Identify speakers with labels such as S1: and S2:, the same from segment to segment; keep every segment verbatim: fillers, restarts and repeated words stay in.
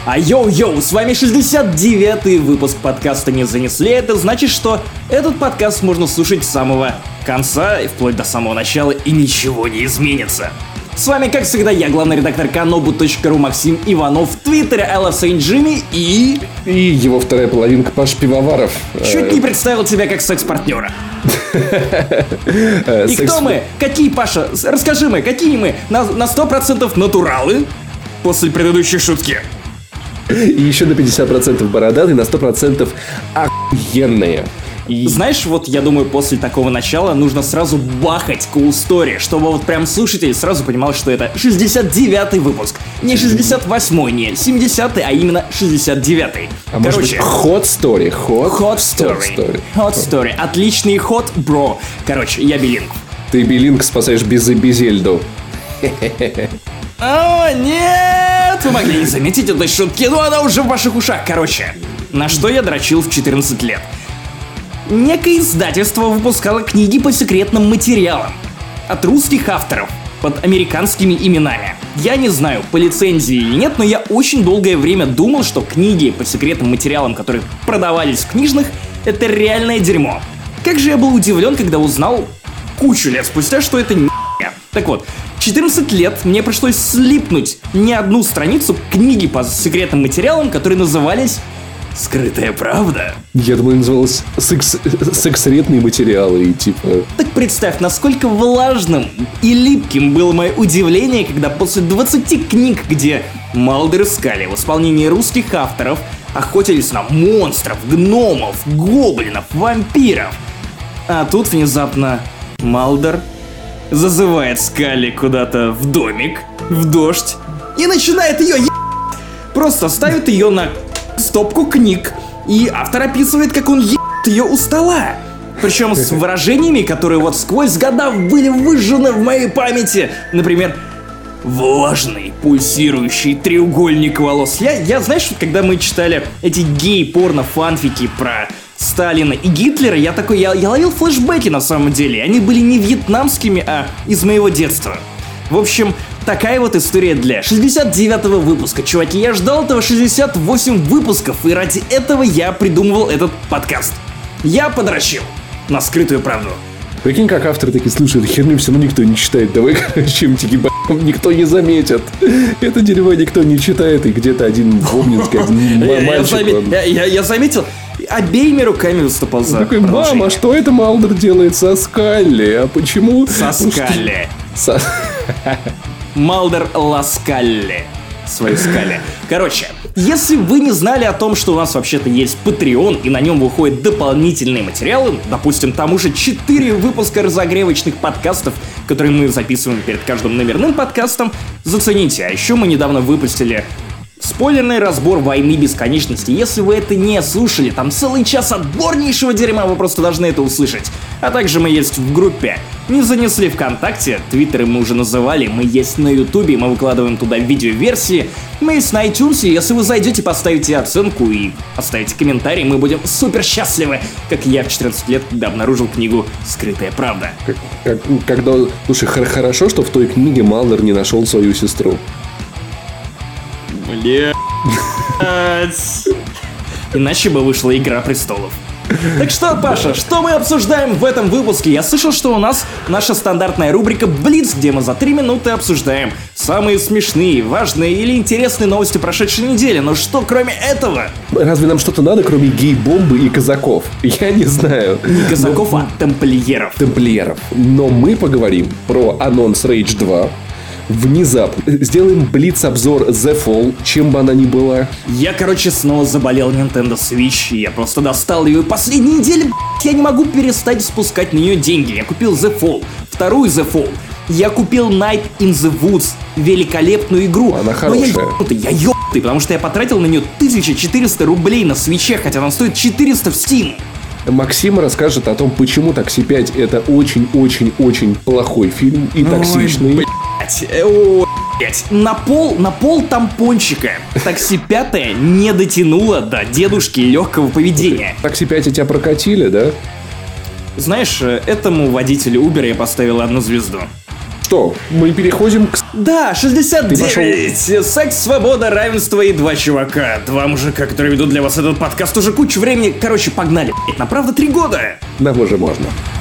S1: А йоу-йоу, с вами шестьдесят девятый выпуск подкаста «Не занесли». Это значит, что этот подкаст можно слушать с самого конца и вплоть до самого начала, и ничего не изменится. С вами, как всегда, я, главный редактор канобу точка ру Максим Иванов, в твиттере I Love Saint Jimmy и...
S2: И его вторая половинка Паш Пивоваров.
S1: Чуть не представил тебя как секс-партнера. И кто мы? Какие, Паша? Расскажи мы, какие мы? На сто процентов натуралы после предыдущей шутки.
S2: И еще на пятьдесят процентов бородатые, на сто процентов охуенные.
S1: И... Знаешь, вот я думаю, после такого начала нужно сразу бахать cool story, чтобы вот прям слушатель сразу понимал, что это шестьдесят девятый выпуск. Не шестьдесят восьмой, не семидесятый, а именно шестьдесят девятый.
S2: А короче, hot story, hot,
S1: hot story.
S2: story.
S1: Hot story. Отличный ход, бро. Короче, я Белинг.
S2: Ты Белинг спасаешь без Безельду.
S1: О, нет! Вы могли не заметить этой шутки, но она уже в ваших ушах. Короче, на что я дрочил в четырнадцать лет? Некое издательство выпускало книги по секретным материалам от русских авторов под американскими именами. Я не знаю, по лицензии или нет, но я очень долгое время думал, что книги по секретным материалам, которые продавались в книжных, это реальное дерьмо. Как же я был удивлен, когда узнал кучу лет спустя, что это не. Так вот, в четырнадцать лет мне пришлось слипнуть не одну страницу книги по секретным материалам, которые назывались «Скрытая правда».
S2: Я думаю, называлось секс... «Секретные материалы» и типа...
S1: Так представь, насколько влажным и липким было мое удивление, когда после двадцати книг, где Малдер и Скалли в исполнении русских авторов охотились на монстров, гномов, гоблинов, вампиров, а тут внезапно Малдер зазывает Скалли куда-то в домик, в дождь, и начинает ее е... Просто ставит ее на стопку книг, и автор описывает, как он е... ее у стола. Причем с выражениями, которые вот сквозь года были выжжены в моей памяти. Например, влажный, пульсирующий треугольник волос. Я, я знаешь, когда мы читали эти гей-порно-фанфики про Сталина и Гитлера, я такой, я, я ловил флешбеки на самом деле. Они были не вьетнамскими, а из моего детства. В общем, такая вот история для шестьдесят девятого выпуска. Чуваки, я ждал этого шестьдесят восемь выпусков, и ради этого я придумывал этот подкаст. Я подрочил на скрытую правду.
S2: Прикинь, как авторы такие, слушай, эту херню все равно никто не читает. Давай, чем-тики, никто не заметит. Это дерьмо никто не читает, и где-то один Бобнинский, один мальчик.
S1: Я заметил, обеими руками выступал за
S2: такой, мама, что это Малдер делает со Скалли? А почему?
S1: Со Скалли. Со... Малдер Ласкалли. Свои Скалли. Короче, если вы не знали о том, что у нас вообще-то есть Patreon, и на нем выходят дополнительные материалы, допустим, там уже четыре выпуска разогревочных подкастов, которые мы записываем перед каждым номерным подкастом, зацените. А еще мы недавно выпустили спойлерный разбор «Войны бесконечности». Если вы это не слушали, там целый час отборнейшего дерьма, вы просто должны это услышать. А также мы есть в группе «Не занесли ВКонтакте», твиттеры мы уже называли, мы есть на ютубе, мы выкладываем туда видеоверсии, мы есть на iTunes, если вы зайдете, поставите оценку и оставите комментарий, мы будем супер счастливы, как я в четырнадцать лет, когда обнаружил книгу «Скрытая правда».
S2: Как, как, когда, слушай, хорошо, что в той книге Малдер не нашел свою сестру.
S1: Блять. Иначе бы вышла «Игра престолов». Так что, Паша, что мы обсуждаем в этом выпуске? Я слышал, что у нас наша стандартная рубрика «Блиц», где мы за три минуты обсуждаем самые смешные, важные или интересные новости прошедшей недели. Но что кроме этого?
S2: Разве нам что-то надо, кроме гей-бомбы и казаков? Я не знаю.
S1: Не казаков, Но... а тамплиеров.
S2: Тамплиеров. Но мы поговорим про анонс Rage два. Внезапно. Сделаем блиц-обзор The Fall, чем бы она ни была.
S1: Я, короче, снова заболел Nintendo Switch, и я просто достал ее. И последние недели, я не могу перестать спускать на нее деньги. Я купил The Fall, вторую The Fall. Я купил Night in the Woods, великолепную игру.
S2: Она хорошая.
S1: Но я ебнутый, я ебнутый, потому что я потратил на нее тысяча четыреста рублей на Switch'е, хотя она стоит четыреста в Steam.
S2: Максим расскажет о том, почему Такси пять это очень-очень-очень плохой фильм и токсичный.
S1: Ой, О, блять. На пол, на пол тампончика Такси пятое не дотянуло до дедушки легкого поведения.
S2: Такси пять тебя прокатили, да?
S1: Знаешь, этому водителю Uber я поставил одну звезду.
S2: Что? Мы переходим к...
S1: Да, шестьдесят девять. Секс, свобода, равенство и два чувака. Два мужика, которые ведут для вас этот подкаст уже кучу времени. Короче, погнали, блядь, на правда три года.
S2: Нам уже можно.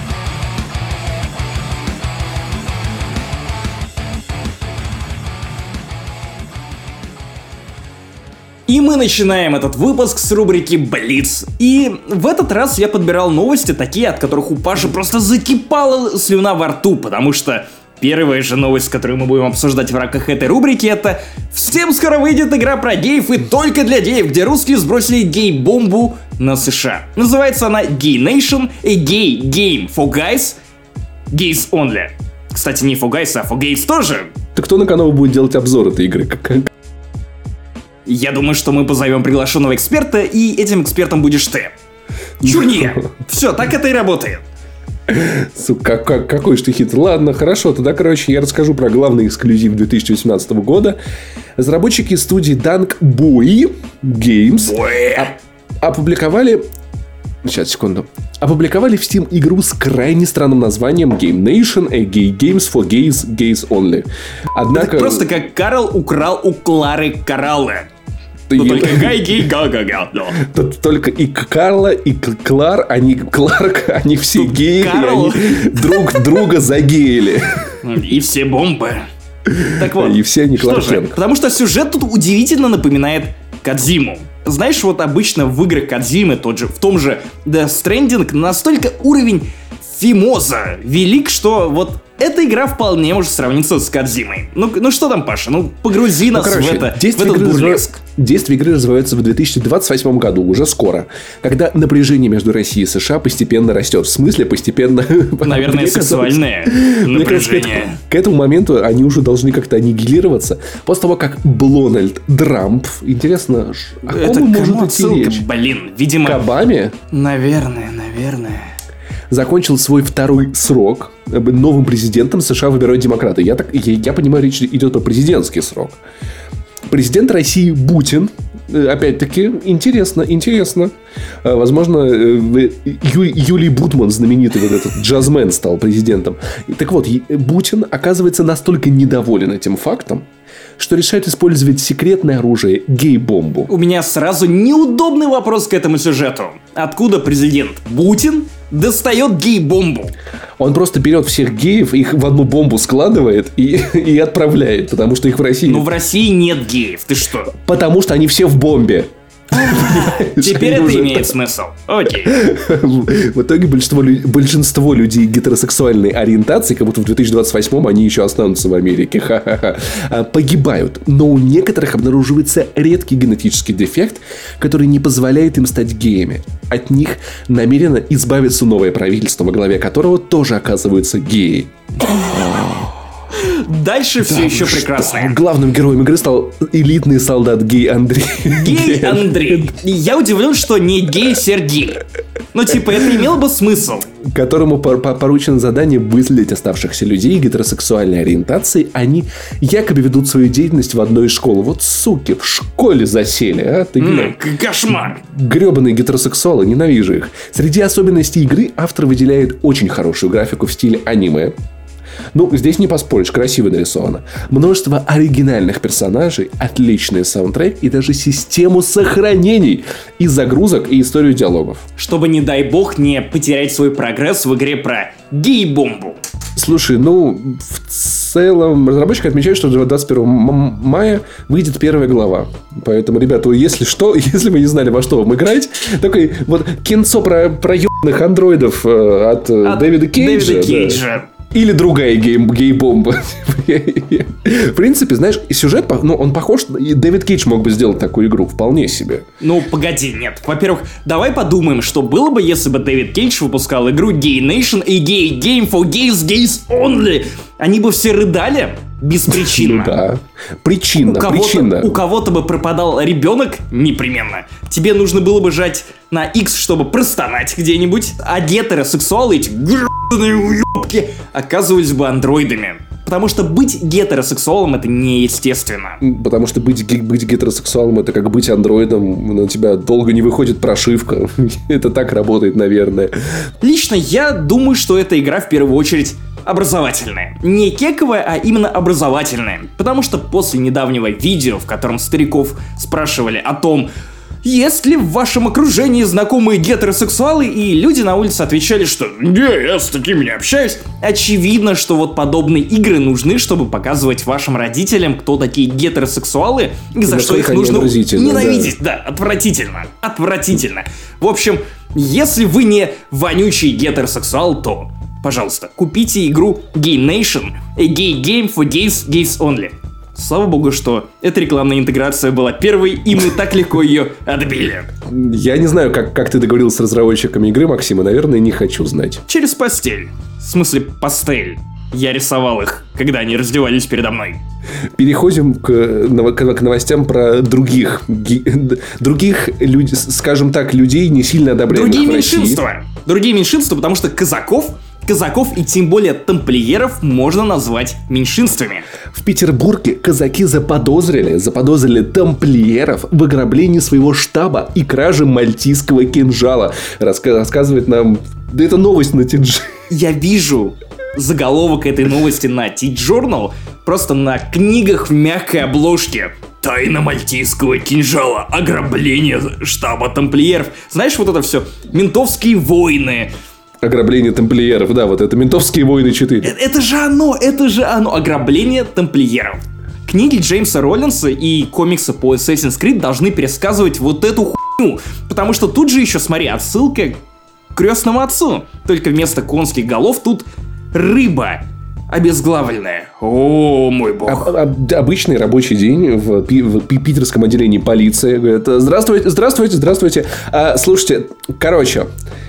S1: И мы начинаем этот выпуск с рубрики «Блиц». И в этот раз я подбирал новости такие, от которых у Паши просто закипала слюна во рту, потому что первая же новость, которую мы будем обсуждать в рамках этой рубрики, это «Всем скоро выйдет игра про геев и только для геев», где русские сбросили гей-бомбу на США. Называется она Gay Nation, a gay game for guys, gays only. Кстати, не for guys, а for gays тоже.
S2: Так кто на канал будет делать обзор этой игры?
S1: Я думаю, что мы позовем приглашенного эксперта, и этим экспертом будешь ты. Чур не я. Все, так это и работает.
S2: Сука, как, какой же ты хитрый. Ладно, хорошо, тогда, короче, я расскажу про главный эксклюзив две тысячи восемнадцатого года. Разработчики студии Dank Boy Games оп- опубликовали... Сейчас, секунду. Опубликовали в Steam игру с крайне странным названием Game Nation, a gay games for gays, gays only. Однако...
S1: Это просто как Карл украл у Клары кораллы. Ну, только гай-гей-га-га-га.
S2: Тут только и Карла, и Клар, они Кларк, они все тут геи, Карл. И они друг друга загеяли.
S1: И все бомбы. Так вот,
S2: и все они Кларк.
S1: Потому что сюжет тут удивительно напоминает Кодзиму. Знаешь, вот обычно в играх Кодзимы, тот же, в том же Death Stranding, настолько уровень фимоза велик, что вот эта игра вполне может сравниться с Кодзимой. Ну, ну что там, Паша, ну погрузи нас ну, короче, в, это, в этот бурлеск.
S2: Действие игры развивается в две тысячи двадцать восьмом году, уже скоро, когда напряжение между Россией и США постепенно растет. В смысле постепенно?
S1: Наверное, сексуальное напряжение.
S2: К этому моменту они уже должны как-то аннигилироваться. После того, как Блональд Драмп, интересно, о ком может идти речь?
S1: Блин, видимо...
S2: К Обаме?
S1: Наверное, наверное...
S2: закончил свой второй срок. Новым президентом США выбирают демократы. Я, так, я, я понимаю, речь идет про президентский срок. Президент России Путин. Опять-таки, интересно, интересно. Возможно, Ю, Юлий Бутман, знаменитый вот этот джазмен, стал президентом. Так вот, Путин оказывается настолько недоволен этим фактом, что решает использовать секретное оружие гей-бомбу.
S1: У меня сразу неудобный вопрос к этому сюжету. Откуда президент Путин достает гей-бомбу?
S2: Он просто берет всех геев, их в одну бомбу складывает и, и отправляет, потому что их в России...
S1: Но в России нет геев, ты что?
S2: Потому что они все в бомбе.
S1: Теперь это имеет смысл. Окей.
S2: В итоге большинство, большинство людей гетеросексуальной ориентации, как будто в две тысячи двадцать восьмом они еще останутся в Америке, ха-ха-ха, погибают. Но у некоторых обнаруживается редкий генетический дефект, который не позволяет им стать геями. От них намерено избавиться новое правительство, во главе которого тоже оказываются геи.
S1: Дальше да, все еще прекрасно.
S2: Главным героем игры стал элитный солдат гей Андрей.
S1: Гей Андрей. Я удивлен, что не гей Сергей. Ну, типа, это имело бы смысл.
S2: Которому поручено задание выследить оставшихся людей гетеросексуальной ориентации. Они якобы ведут свою деятельность в одной из школ. Вот суки, в школе засели, а? Ты глянь.
S1: Mm, кошмар.
S2: Гребаные гетеросексуалы, ненавижу их. Среди особенностей игры автор выделяет очень хорошую графику в стиле аниме. Ну, здесь не поспоришь, красиво нарисовано. Множество оригинальных персонажей, отличный саундтрек и даже систему сохранений и загрузок, и историю диалогов.
S1: Чтобы, не дай бог, не потерять свой прогресс в игре про гей-бомбу.
S2: Слушай, ну, в целом, разработчики отмечают, что двадцать первого мая выйдет первая глава. Поэтому, ребята, если что, если вы не знали, во что вам играть, такой вот кинцо про, про ебаных андроидов от, от Дэвида Кейджа.
S1: Дэвида Кейджа. Да.
S2: Или другая гей- гей-бомба. В принципе, знаешь, сюжет, ну, он похож... И Дэвид Кейдж мог бы сделать такую игру вполне себе.
S1: Ну, погоди, нет. Во-первых, давай подумаем, что было бы, если бы Дэвид Кейдж выпускал игру Gay Nation и Gay Game for Gays, Gays Only. Они бы все рыдали беспричинно.
S2: Ну да. Причинно,
S1: у кого-то,
S2: причинно.
S1: У кого-то бы пропадал ребенок непременно. Тебе нужно было бы жать на X, чтобы простонать где-нибудь. А гетеросексуалы, эти гребаные уёбки, оказывались бы андроидами. Потому что быть гетеросексуалом — это неестественно.
S2: Потому что быть, быть гетеросексуалом — это как быть андроидом. На тебя долго не выходит прошивка. Это так работает, наверное.
S1: Лично я думаю, что эта игра в первую очередь образовательная. Не кековая, а именно образовательная. Потому что после недавнего видео, в котором стариков спрашивали о том, есть ли в вашем окружении знакомые гетеросексуалы, и люди на улице отвечали, что «Не, я с такими не общаюсь», очевидно, что вот подобные игры нужны, чтобы показывать вашим родителям, кто такие гетеросексуалы, и за что их нужно ненавидеть. Да. да, отвратительно, отвратительно. В общем, если вы не вонючий гетеросексуал, то, пожалуйста, купите игру Game Nation, a gay game for gays, gays only. Слава богу, что эта рекламная интеграция была первой, и мы так легко ее отбили.
S2: Я не знаю, как, как ты договорился с разработчиками игры, Максим, и, наверное, не хочу знать.
S1: Через постель. В смысле, пастель. Я рисовал их, когда они раздевались передо мной.
S2: Переходим к, к новостям про других, других люд, скажем так, людей, не сильно одобряемых
S1: Другие
S2: в России.
S1: меньшинства. Другие меньшинства, потому что казаков... Казаков и тем более тамплиеров можно назвать меньшинствами.
S2: В Петербурге казаки заподозрили, заподозрили тамплиеров в ограблении своего штаба и краже мальтийского кинжала. Раска- рассказывает нам... Да это новость на ти джи.
S1: Я вижу заголовок этой новости на T-Journal просто на книгах в мягкой обложке. Тайна мальтийского кинжала. Ограбление штаба тамплиеров. Знаешь, вот это все. Ментовские войны.
S2: Ограбление тамплиеров, да, вот это «Ментовские войны четыре».
S1: Это, это же оно, это же оно, ограбление тамплиеров. Книги Джеймса Роллинса и комиксы по Assassin's Creed должны пересказывать вот эту хуйню, потому что тут же еще, смотри, отсылка к крестному отцу. Только вместо конских голов тут рыба обезглавленная. О, мой бог.
S2: Об, об, обычный рабочий день в, пи, в пи, питерском отделении полиции. Говорят: здравствуйте, здравствуйте, здравствуйте. А, слушайте, короче...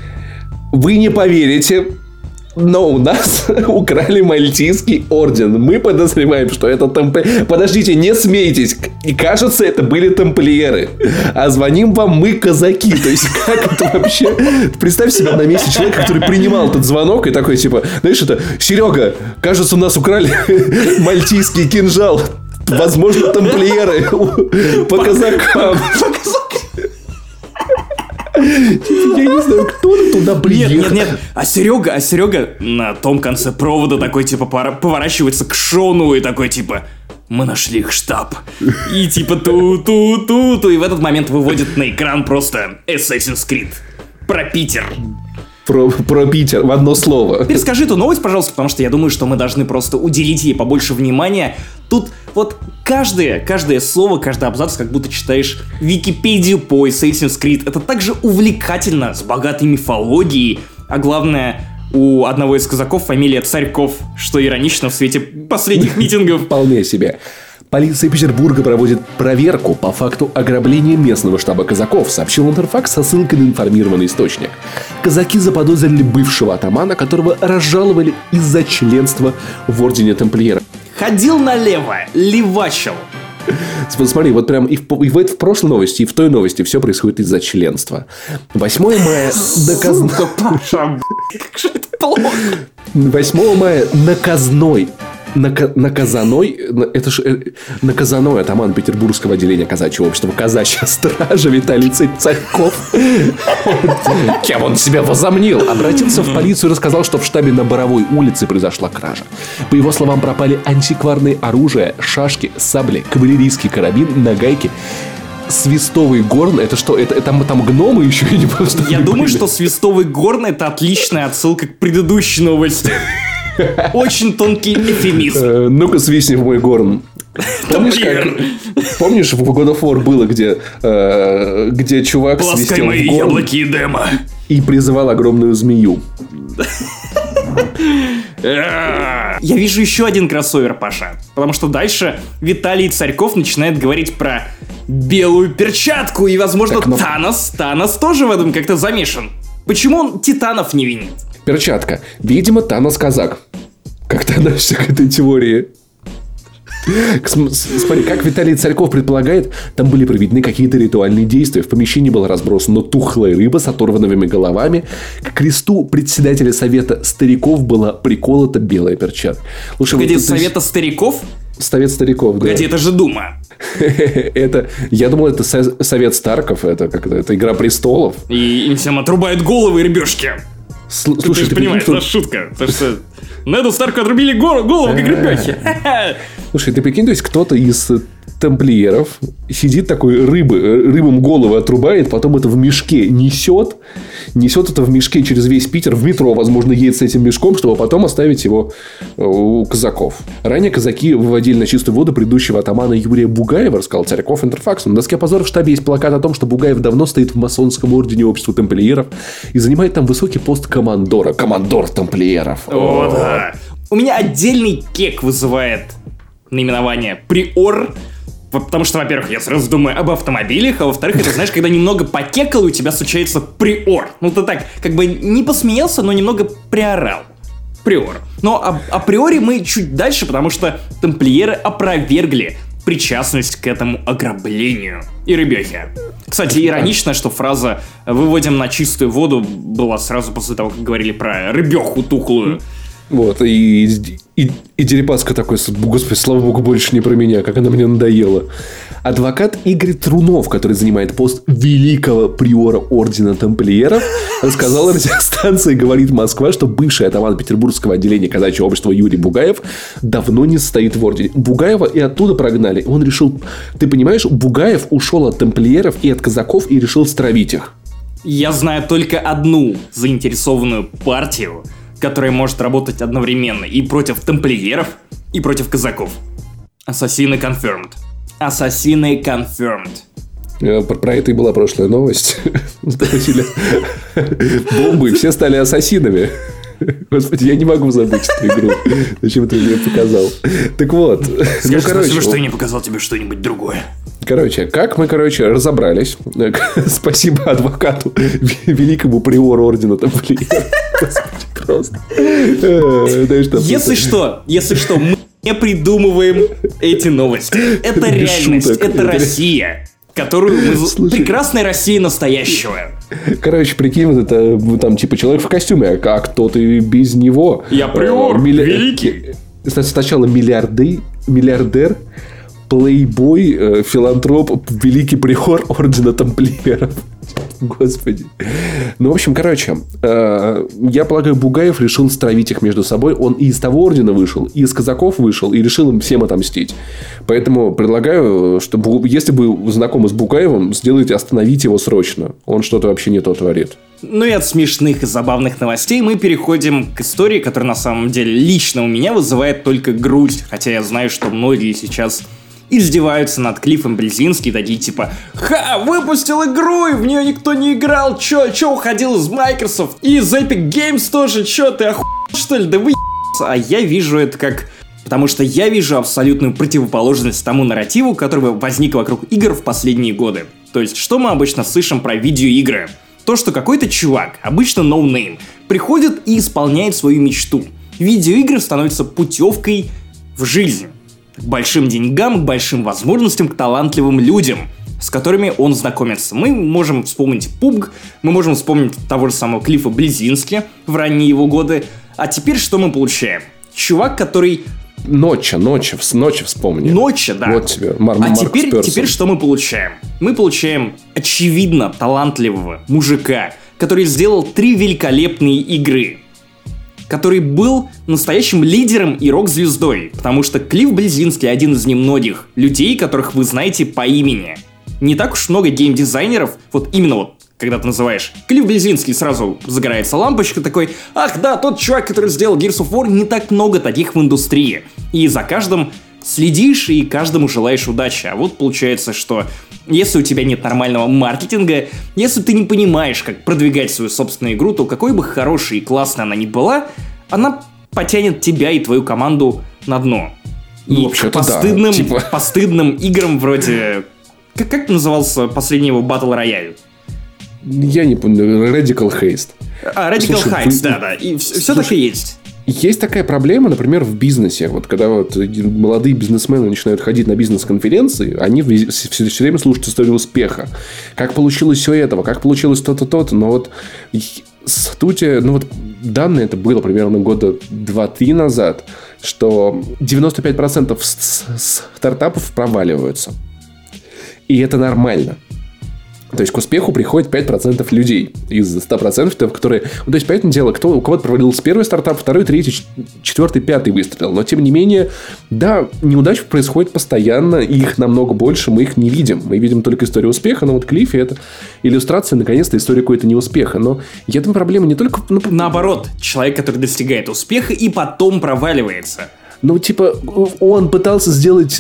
S2: Вы не поверите, но у нас украли мальтийский орден. Мы подозреваем, что это тамплиеры. Подождите, не смейтесь. И кажется, это были тамплиеры. А звоним вам мы, казаки. То есть, как это вообще... Представь себя на месте человека, который принимал этот звонок и такой, типа, знаешь, это: Серега, кажется, у нас украли мальтийский кинжал. Возможно, тамплиеры. По казакам. Я не знаю, кто туда приехал.
S1: Нет, нет, нет. А Серега, а Серега на том конце провода такой, типа, поворачивается к Шону и такой, типа: мы нашли их штаб. И типа ту-ту-ту-ту. И в этот момент выводит на экран просто Assassin's Creed. Про Питер.
S2: Про, про Питер в одно слово.
S1: Перескажи эту новость, пожалуйста, потому что я думаю, что мы должны просто уделить ей побольше внимания. Тут вот каждое, каждое слово, каждый абзац, как будто читаешь Википедию по Assassin's Creed. Это также увлекательно, с богатой мифологией. А главное, у одного из казаков фамилия Царьков, что иронично в свете последних митингов.
S2: Вполне себе. Полиция Петербурга проводит проверку по факту ограбления местного штаба казаков, сообщил Интерфакс со ссылкой на информированный источник. Казаки заподозрили бывшего атамана, которого разжаловали из-за членства в ордене тамплиеров.
S1: Ходил налево, левачил.
S2: Смотри, вот прям и в, и в, в прошлой новости, и в той новости все происходит из-за членства. восьмого мая наказной...
S1: Паша, как же это плохо.
S2: восьмого мая наказной... Нака- наказаной, это же наказаной атаман Петербургского отделения казачьего общества «Казачья стража» Виталий Царьков, кем он себя возомнил, обратился в полицию и рассказал, что в штабе на Боровой улице произошла кража. По его словам, пропали антикварные оружия, шашки, сабли, кавалерийский карабин, нагайки. Свистовый горн, это что? Это, это там, там гномы еще? Я, не просто
S1: Я
S2: не
S1: думаю,
S2: понял.
S1: что свистовый горн — это отличная отсылка к предыдущей новости. Очень тонкий эвфемизм.
S2: Э, ну-ка, свистни в мой горн. Помнишь, как... Помнишь, в God of War было, где, э, где чувак
S1: Полоскай
S2: свистел
S1: мои
S2: в горн
S1: яблоки и демо.
S2: и призывал огромную змею.
S1: Я вижу еще один кроссовер, Паша. Потому что дальше Виталий Царьков начинает говорить про белую перчатку. И, возможно,
S2: Так, но-
S1: Танос, Танос тоже в этом как-то замешан. Почему он титанов не винит?
S2: Перчатка. Видимо, Танос казак. Как ты относишься к этой теории? Смотри, как Виталий Царьков предполагает, там были проведены какие-то ритуальные действия. В помещении была разбросана тухлая рыба с оторванными головами. К кресту председателя совета стариков была приколота белая перчатка.
S1: Слушай, Погоди, вот совета ты... стариков?
S2: Совет стариков,
S1: Погоди,
S2: да.
S1: это же Дума.
S2: Это, я думал, это совет Старков, это как это, это Игра престолов.
S1: И им всем отрубают головы и рыбешки.
S2: Слушай,
S1: ты, ты, ты понимаешь, это шутка. Потому что Неду Старку отрубили голову, как рыбехи.
S2: Слушай, ты прикинь, то есть кто-то из тамплиеров сидит такой рыбы, рыбам головы отрубает, потом это в мешке несет, несет это в мешке через весь Питер, в метро, возможно, едет с этим мешком, чтобы потом оставить его у казаков. Ранее казаки выводили на чистую воду предыдущего атамана Юрия Бугаева, рассказал Царьков Интерфаксу. На доске позора в штабе есть плакат о том, что Бугаев давно стоит в масонском ордене общества тамплиеров и занимает там высокий пост командора. Командор тамплиеров.
S1: О, да. У меня отдельный кек вызывает наименование приор. Потому что, во-первых, я сразу думаю об автомобилях, а во-вторых, это, знаешь, когда немного покекал, и у тебя случается приор. Ну, ты так, как бы не посмеялся, но немного приорал. Приор. Но а- априори мы чуть дальше, потому что тамплиеры опровергли причастность к этому ограблению и рыбехе. Кстати, иронично, что фраза «выводим на чистую воду» была сразу после того, как говорили про рыбеху тухлую.
S2: Вот, и, и, и Дерипаска такой: господи, слава богу, больше не про меня, как она мне надоела. Адвокат Игорь Трунов, который занимает пост великого приора ордена тамплиеров, рассказал радиостанции «Говорит Москва», что бывший атаман петербургского отделения казачьего общества Юрий Бугаев давно не стоит в ордене. Бугаева и оттуда прогнали. Он решил, ты понимаешь, Бугаев ушел от тамплиеров и от казаков и решил стравить их.
S1: Я знаю только одну заинтересованную партию, которая может работать одновременно и против тамплиеров, и против казаков. Ассасины Confirmed. Ассасины Confirmed.
S2: Про, про это и была прошлая новость. Бомбы, все стали ассасинами. Господи, я не могу забыть эту игру. Зачем ты мне показал? Так вот.
S1: Скажи, ну, короче, спасибо, что я не показал тебе что-нибудь другое.
S2: Короче, как мы, короче, разобрались. Спасибо адвокату, великому приору ордена тамплиеров. Господи, просто.
S1: Если что, если что, мы не придумываем эти новости. Это реальность, это Россия, которую мы... Слушай, прекрасная Россия настоящего.
S2: Короче, прикинь, вот это там типа человек в костюме, а как кто ты без него?
S1: Я приор, Милли... великий.
S2: Сначала миллиарды, миллиардер, плейбой, э, филантроп, великий приор ордена тамплиеров. Господи. Ну, в общем, короче, э, я полагаю, Бугаев решил стравить их между собой. Он и из того ордена вышел, и из казаков вышел, и решил им всем отомстить. Поэтому предлагаю, что если вы знакомы с Бугаевым, сделайте, остановите его срочно. Он что-то вообще не то творит.
S1: Ну и от смешных и забавных новостей мы переходим к истории, которая на самом деле лично у меня вызывает только грусть. Хотя я знаю, что многие сейчас издеваются над Клиффом Близински, такие типа: «Ха, выпустил игру, и в нее никто не играл, чё, чё уходил из Microsoft, и из Epic Games тоже, чё, ты охуел, что ли, да вы ебаться». А я вижу это как... Потому что я вижу абсолютную противоположность тому нарративу, который возник вокруг игр в последние годы. То есть, что мы обычно слышим про видеоигры? То, что какой-то чувак, обычно ноунейм, приходит и исполняет свою мечту. Видеоигры становятся путевкой в жизнь. К большим деньгам, к большим возможностям, к талантливым людям, с которыми он знакомится. Мы можем вспомнить пабг, мы можем вспомнить того же самого Клиффа Близински в ранние его годы. А теперь что мы получаем? Чувак, который...
S2: Ноча, ноча, ночи вспомни.
S1: Ноча, да.
S2: Вот тебе, Мар-
S1: А
S2: Маркус
S1: теперь,
S2: Персон.
S1: теперь что мы получаем? Мы получаем очевидно талантливого мужика, который сделал три великолепные игры, который был настоящим лидером и рок-звездой, потому что Клифф Близински один из немногих людей, которых вы знаете по имени. Не так уж много геймдизайнеров, вот именно вот, когда ты называешь Клифф Близински, сразу загорается лампочка такой: ах да, тот чувак, который сделал Gears of War. Не так много таких в индустрии. И за каждым следишь и каждому желаешь удачи. А вот получается, что если у тебя нет нормального маркетинга, если ты не понимаешь, как продвигать свою собственную игру, то какой бы хорошей и классной она ни была, она потянет тебя и твою команду на дно. И
S2: ну,
S1: к постыдным,
S2: да, типа...
S1: постыдным играм вроде... Как, как назывался последний его Battle Royale?
S2: Я не помню. Radical Haste.
S1: А, Radical Haste, да-да. И все, все так и есть.
S2: Есть такая проблема, например, в бизнесе. Вот когда вот молодые бизнесмены начинают ходить на бизнес-конференции, они все, все время слушают историю успеха. Как получилось все этого, как получилось то-то, то-то. Но вот студия, ну вот данные, это было примерно года два-три назад, что девяносто пять процентов стартапов проваливаются. И это нормально. То есть к успеху приходит пять процентов людей из ста процентов, которые... Ну, то есть, понятное дело, кто, у кого-то провалился первый стартап, второй, третий, четвертый, пятый выстрел. Но, тем не менее, да, неудач происходит постоянно, и их намного больше, мы их не видим. Мы видим только историю успеха, но вот Клиффи — это иллюстрация, наконец-то, истории какой-то неуспеха. Но я думаю, проблема не только... Ну,
S1: наоборот, человек, который достигает успеха и потом проваливается.
S2: Ну, типа, он пытался сделать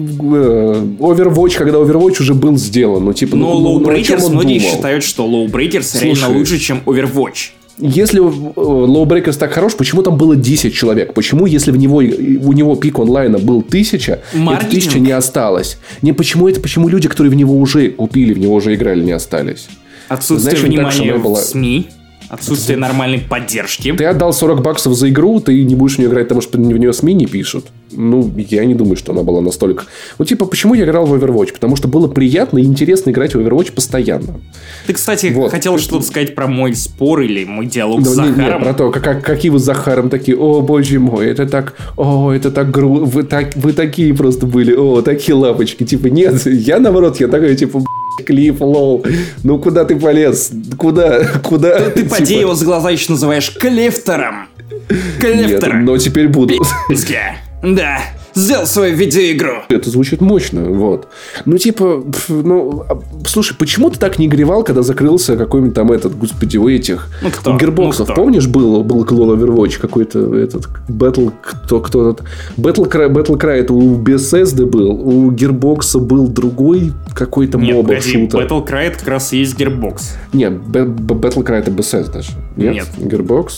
S2: Overwatch, когда Overwatch уже был сделан. Ну, типа,
S1: но
S2: ну,
S1: Lawbreakers, многие считают, что Lawbreakers реально лучше, чем Overwatch.
S2: Если Lawbreakers так хорош, почему там было десять человек? Почему, если в него, у него пик онлайна был тысяча, эта тысяча не осталась? Не, почему это, почему люди, которые в него уже купили, в него уже играли, не остались?
S1: Отсутствие Знаешь, внимания так, в была... СМИ. Отсутствие нормальной поддержки.
S2: Ты отдал сорок баксов за игру, ты не будешь в нее играть, потому что в нее СМИ не пишут. Ну, я не думаю, что она была настолько... Ну, типа, почему я играл в Overwatch? Потому что было приятно и интересно играть в Overwatch постоянно.
S1: Ты, кстати, вот. хотел это... что-то сказать про мой спор или мой диалог да, с Захаром?
S2: Нет, про то, как, какие вы с Захаром такие, о, боже мой, это так, о, это так гру... Вы, так, вы такие просто были, о, такие лапочки. Типа, нет, я наоборот, я такой, типа, Клифф, лол. Ну, куда ты полез? Куда? Куда?
S1: Ты, ты типа... поди его за глаза еще называешь Клифтером. Клифтером.
S2: Нет, но теперь буду.
S1: Пи***ски. Да. Сделал свою видеоигру.
S2: Это звучит мощно, вот. Ну, типа, ну, слушай, почему ты так не горевал, когда закрылся какой-нибудь там этот, господи, у этих...
S1: Ну, кто?
S2: У Gearbox'ов,
S1: ну,
S2: помнишь, был, был клон Overwatch какой-то, этот, Battle, кто, кто этот... Battlecry, Battlecry, это у Bethesda был, у Gearbox'а был другой какой-то моба-шутер.
S1: Нет, Battlecry это как раз и есть Gearbox.
S2: Нет, Battlecry это Bethesda же. Нет?
S1: Нет.
S2: Gearbox?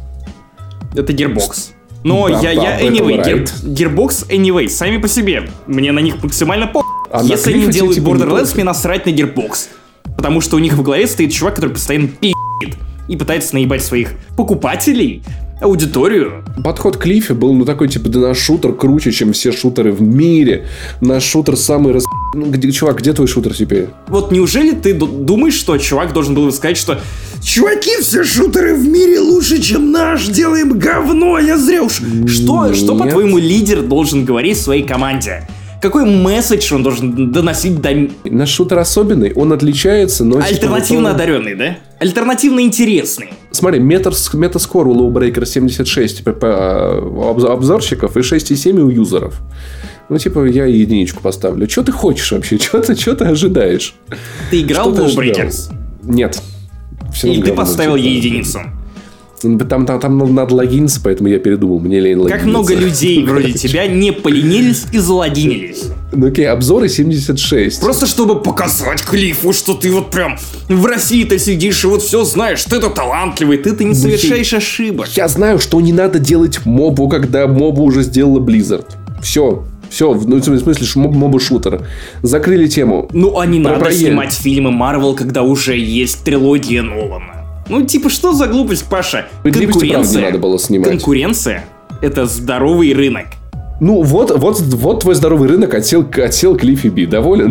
S1: Это Gearbox. Но я, я anyway, Gear, Gearbox anyway, сами по себе. Мне на них максимально по***. А если они делают Borderlands, мне насрать на Gearbox. Потому что у них в голове стоит чувак, который постоянно пи***ит и пытается наебать своих покупателей, аудиторию.
S2: Подход Клиффи был, ну, такой, типа, да наш шутер круче, чем все шутеры в мире. Наш шутер самый рас... Ну, где, чувак, где твой шутер теперь?
S1: Вот неужели ты думаешь, что чувак должен был сказать, что чуваки, все шутеры в мире лучше, чем наш, делаем говно, я зря уж... Что, что, по-твоему, лидер должен говорить своей команде? Какой месседж он должен доносить до...
S2: Наш шутер особенный, он отличается, но...
S1: Альтернативно типа, одаренный, да? Альтернативно интересный.
S2: Смотри, метаскор у Lawbreakers семьдесят шесть типа, по обзорщиков и шесть и семь у юзеров. Ну, типа, я единичку поставлю. Что ты хочешь вообще? Что ты, что ты ожидаешь?
S1: Ты играл в Lawbreakers?
S2: Нет.
S1: И ты поставил ей единицу?
S2: Там, там, там надо логиниться, поэтому я передумал. Мне лень логиниться.
S1: Как много людей вроде тебя не поленились и залогинились.
S2: Ну окей, обзоры семьдесят шесть.
S1: Просто чтобы показать Клиффу, что ты вот прям в России-то сидишь и вот все знаешь. Ты-то талантливый, ты-то не совершаешь я, ошибок.
S2: Я знаю, что не надо делать мобу, когда мобу уже сделала Blizzard. Все. Все, ну, в смысле, моба-шутер. Закрыли тему.
S1: Ну, а не Про надо проект. Снимать фильмы Marvel, когда уже есть трилогия Нолана. Ну, типа, что за глупость, Паша? Конкуренция.
S2: Надо было снимать.
S1: Конкуренция – это здоровый рынок.
S2: Ну, вот, вот, вот твой здоровый рынок отсел, отсел Клиффи Би. Доволен?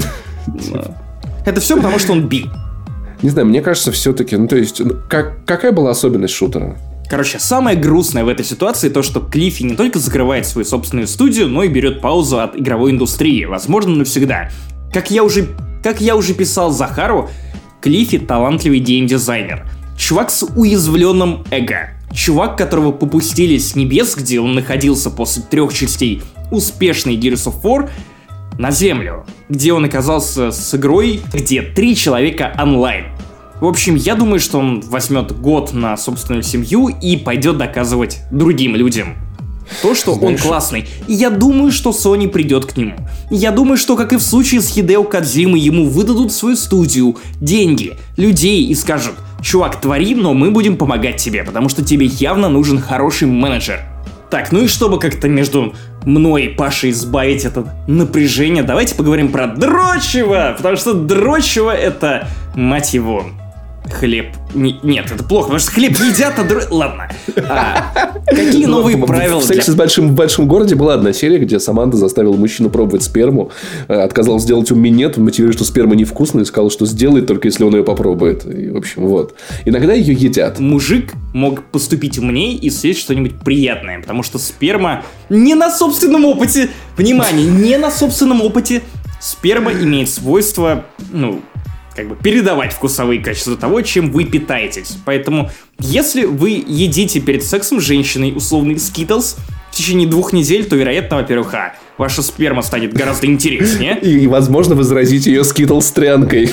S1: Это все потому, что он Би.
S2: Не знаю, мне кажется, все-таки... Ну, то есть, как, какая была особенность шутера?
S1: Короче, самое грустное в этой ситуации то, что Клиффи не только закрывает свою собственную студию, но и берет паузу от игровой индустрии, возможно, навсегда. Как я уже, как я уже писал Захару, Клиффи талантливый геймдизайнер. Чувак с уязвленным эго. Чувак, которого попустили с небес, где он находился после трех частей успешной Gears of War, на землю, где он оказался с игрой, где три человека онлайн. В общем, я думаю, что он возьмет год на собственную семью и пойдет доказывать другим людям то, что Знаешь... он классный. И я думаю, что Sony придет к нему. Я думаю, что, как и в случае с Хидео Кодзимой, ему выдадут свою студию, деньги, людей и скажут: чувак, твори, но мы будем помогать тебе, потому что тебе явно нужен хороший менеджер. Так, ну и чтобы как-то между мной и Пашей избавить это напряжение, давайте поговорим про Дрочева, потому что Дрочева это, мать его... Хлеб... Не, нет, это плохо, потому что хлеб едят, а дрочево... Ладно. А, Какие новые
S2: ну,
S1: правила?
S2: В «Сексе для... с большим, в большом городе» была одна серия, где Саманта заставила мужчину пробовать сперму, отказалась сделать ему минет, мотивируя, что сперма невкусная, и сказала, что сделает только если он ее попробует. И, в общем, вот. Иногда ее едят.
S1: Мужик мог поступить умнее и съесть что-нибудь приятное, потому что сперма не на собственном опыте, внимание, не на собственном опыте, сперма имеет свойство, ну, как бы передавать вкусовые качества того, чем вы питаетесь. Поэтому, если вы едите перед сексом с женщиной условный Skittles в течение двух недель, то, вероятно, во-первых, а, ваша сперма станет гораздо интереснее.
S2: И, возможно, вы заразите ее Skittles с трянкой.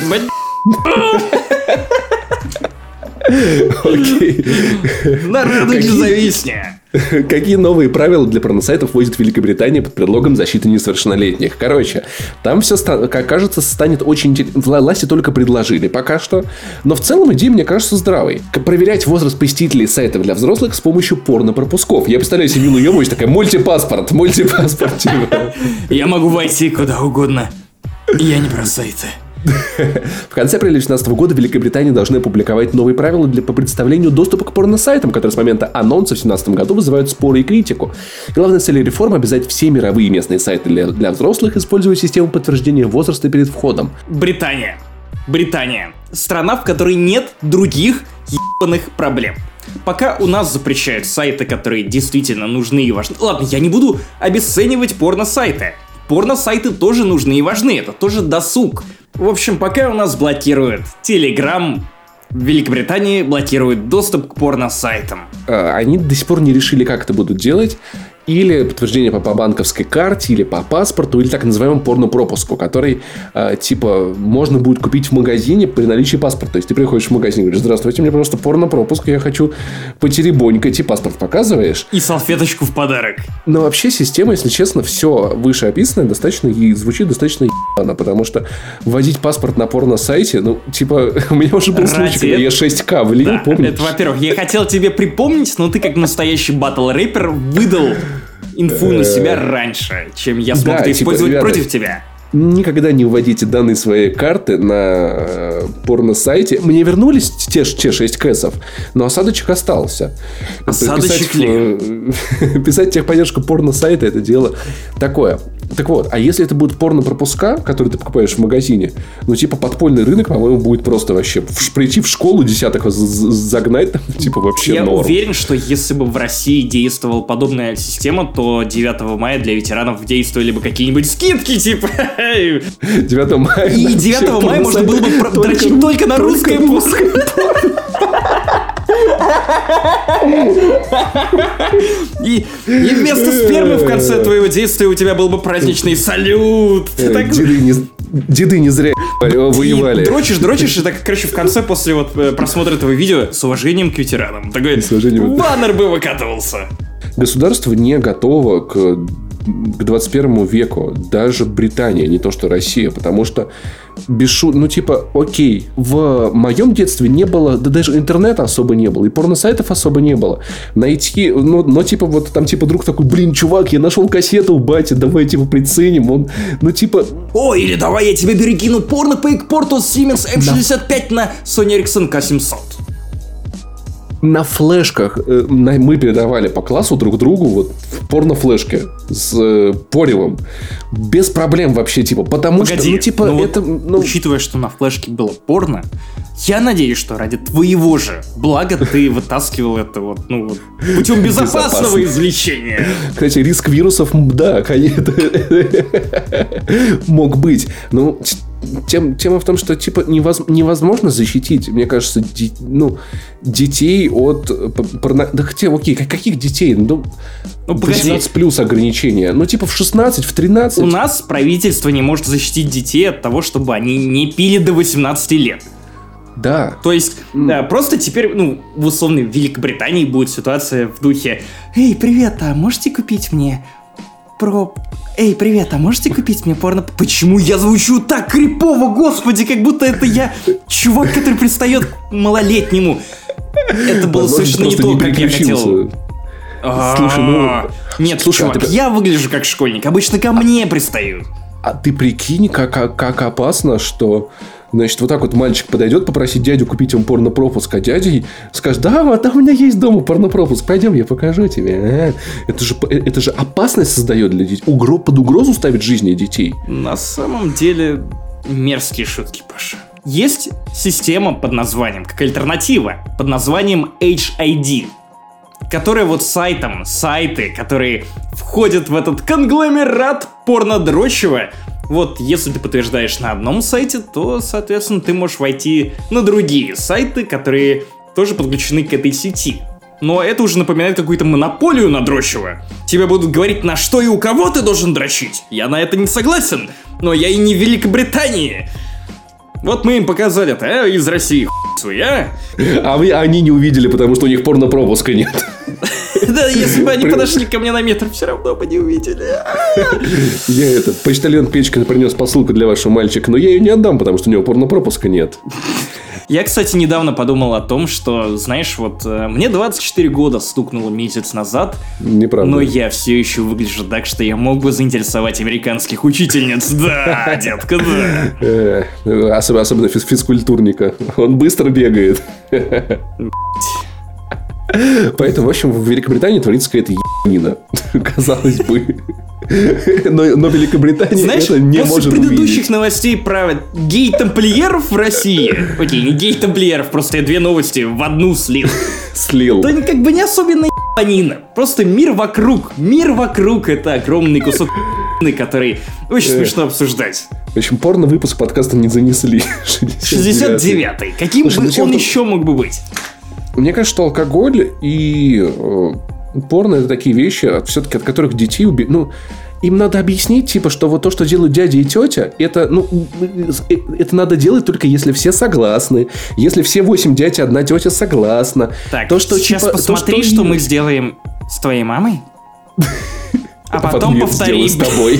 S2: Окей.
S1: Народу независимее.
S2: Какие новые правила для порносайтов вводит Великобритания под предлогом защиты несовершеннолетних? Короче, там все, как кажется, станет очень интересно. Власти только предложили пока что. Но в целом идея, мне кажется, здравой. Проверять возраст посетителей сайтов для взрослых с помощью порно-пропусков. Я представляю себе Милу Йовович, такая мультипаспорт, мультипаспорт.
S1: Я могу войти куда угодно. Я не про сайты.
S2: В конце апреля две тысячи шестнадцатого года в Великобритании должны опубликовать новые правила для, по представлению доступа к порносайтам, которые с момента анонса в две тысячи семнадцатом году вызывают споры и критику. Главная цель реформы – обязать все мировые местные сайты для, для взрослых использовать систему подтверждения возраста перед входом.
S1: Британия. Британия. Страна, в которой нет других ебаных проблем. Пока у нас запрещают сайты, которые действительно нужны и важны. Ладно, я не буду обесценивать порно-сайты. Порно-сайты тоже нужны и важны, это тоже досуг. В общем, пока у нас блокируют Telegram, в Великобритании блокируют доступ к порно-сайтам.
S2: Они до сих пор не решили, как это будут делать. Или подтверждение по, по банковской карте, или по паспорту, или так называемому порно-пропуску, который, э, типа, можно будет купить в магазине при наличии паспорта. То есть, ты приходишь в магазин и говоришь: здравствуйте, мне просто порно-пропуск, я хочу потеребонькать, и паспорт показываешь.
S1: И салфеточку в подарок.
S2: Но вообще система, если честно, все вышеописанное достаточно и звучит достаточно ебано, потому что вводить паспорт на порно-сайте, ну, типа, у меня уже был случай, когда я шесть ка влил,
S1: да,
S2: помнишь?
S1: Это, во-первых, я хотел тебе припомнить, но ты как настоящий батл-рэпер выдал инфу на себя раньше, чем я смог
S2: да,
S1: это использовать
S2: типа,
S1: против тебя.
S2: Никогда не вводите данные своей карты на э, порно-сайте. Мне вернулись те, те шесть кэсов, но осадочек остался.
S1: Осадочек ли?
S2: Писать, писать техподдержку порно-сайта — это дело такое. Так вот, а если это будут порно-пропуска, которые ты покупаешь в магазине, ну, типа, подпольный рынок, по-моему, будет просто вообще прийти в школу десятых загнать, там, типа, вообще
S1: Я
S2: норм.
S1: уверен, что если бы в России действовала подобная система, то девятого мая для ветеранов действовали бы какие-нибудь скидки, типа...
S2: девятого мая...
S1: И девятого мая можно было бы дрочить только на русское порно. И, и вместо спермы в конце твоего действия у тебя был бы праздничный салют. Так...
S2: Деды, не, деды не зря воевали.
S1: И дрочишь, дрочишь, и так, короче, в конце, после вот просмотра этого видео, с уважением к ветеранам, такой баннер бы выкатывался.
S2: Государство не готово к... к двадцать первому веку, даже Британия, не то что Россия, потому что без шу... ну типа, окей, в моем детстве не было, да даже интернета особо не было, и порносайтов особо не было. Найти, ну, но типа вот там типа друг такой: блин, чувак, я нашел кассету у бати, давай типа приценим, он, ну типа...
S1: О, или давай я тебе перекину порно по экпорту Siemens эм шестьдесят пять да. на Sony Ericsson ка семьсот.
S2: На флешках э, на, мы передавали по классу друг другу вот порно-флешки с э, поревом. Без проблем вообще, типа, потому
S1: Погоди,
S2: что, ну, типа,
S1: ну,
S2: это... Ну...
S1: Учитывая, что на флешке было порно, я надеюсь, что ради твоего же блага ты вытаскивал это вот, ну, вот, путем безопасного извлечения.
S2: Кстати, риск вирусов, да, конечно, мог быть. Ну, тем, тема в том, что, типа, невоз, невозможно защитить, мне кажется, ди, ну, детей от... Порно... Да хотя, окей, каких детей? Ну,
S1: ну
S2: восемнадцать плюс ограничения. Ну, типа, в шестнадцать, в тринадцать.
S1: У нас правительство не может защитить детей от того, чтобы они не пили до восемнадцати лет.
S2: Да.
S1: То есть, mm. да, просто теперь, ну, в условной Великобритании будет ситуация в духе: «Эй, привет, а можете купить мне про... Эй, привет, а можете купить мне порно...» Почему я звучу так крипово, господи, как будто это я чувак, который пристает к малолетнему. Это было совершенно не то, как я хотел.
S2: Слушай, ну...
S1: Нет, чувак, я выгляжу как школьник, обычно ко мне пристают.
S2: А ты прикинь, как, как, как опасно, что Значит, вот так вот мальчик подойдет попросить дядю купить ему порнопропуск, а дядя скажет: да, вот там у меня есть дома порнопропуск, пойдем, я покажу тебе. Это же, это же опасность создает для детей. Угро, под угрозу ставит жизни детей.
S1: На самом деле, мерзкие шутки, Паша. Есть система под названием, как альтернатива, под названием эйч ай ди, которая вот сайтом, сайты, которые входят в этот конгломерат порнодрочего. Вот, если ты подтверждаешь на одном сайте, то, соответственно, ты можешь войти на другие сайты, которые тоже подключены к этой сети. Но это уже напоминает какую-то монополию на дрочево. Тебе будут говорить, на что и у кого ты должен дрочить. Я на это не согласен, но я и не в Великобритании. Вот мы им показали это, а, из России, хуй, а?
S2: А вы, они не увидели, потому что у них порнопропуска нет.
S1: Да, если бы они подошли ко мне на метр, все равно бы не увидели.
S2: Я этот, почтальон Печкин принес посылку для вашего мальчика, но я ее не отдам, потому что у него порнопропуска нет.
S1: Я, кстати, недавно подумал о том, что, знаешь, вот мне двадцать четыре года стукнуло месяц назад.
S2: Неправда.
S1: Но я все еще выгляжу так, что я мог бы заинтересовать американских учительниц. Да, детка, да.
S2: Особенно физкультурника. Он быстро бегает. Поэтому, в общем, в Великобритании творится какая-то ебанина. Казалось бы. Но, но Великобритания
S1: Знаешь,
S2: это не может увидеть.
S1: После предыдущих новостей про гей-тамплиеров в России, окей, не гей-тамплиеров, просто я две новости в одну слил.
S2: Слил.
S1: То как бы не особенно ебанина. Просто мир вокруг. Мир вокруг — это огромный кусок который очень смешно обсуждать.
S2: В общем, порно-выпуск подкаста не занесли.
S1: шестьдесят девятый. Каким бы он еще мог бы быть?
S2: Мне кажется, что алкоголь и э, порно — это такие вещи, от, все-таки от которых детей убить. Ну, им надо объяснить, типа, что вот то, что делают дядя и тетя, это, ну, это надо делать только если все согласны. Если все восемь дядь и одна тетя согласна.
S1: Так,
S2: то, что,
S1: сейчас
S2: типа,
S1: посмотри,
S2: то, что...
S1: что мы сделаем с твоей мамой. А потом повтори.
S2: с тобой.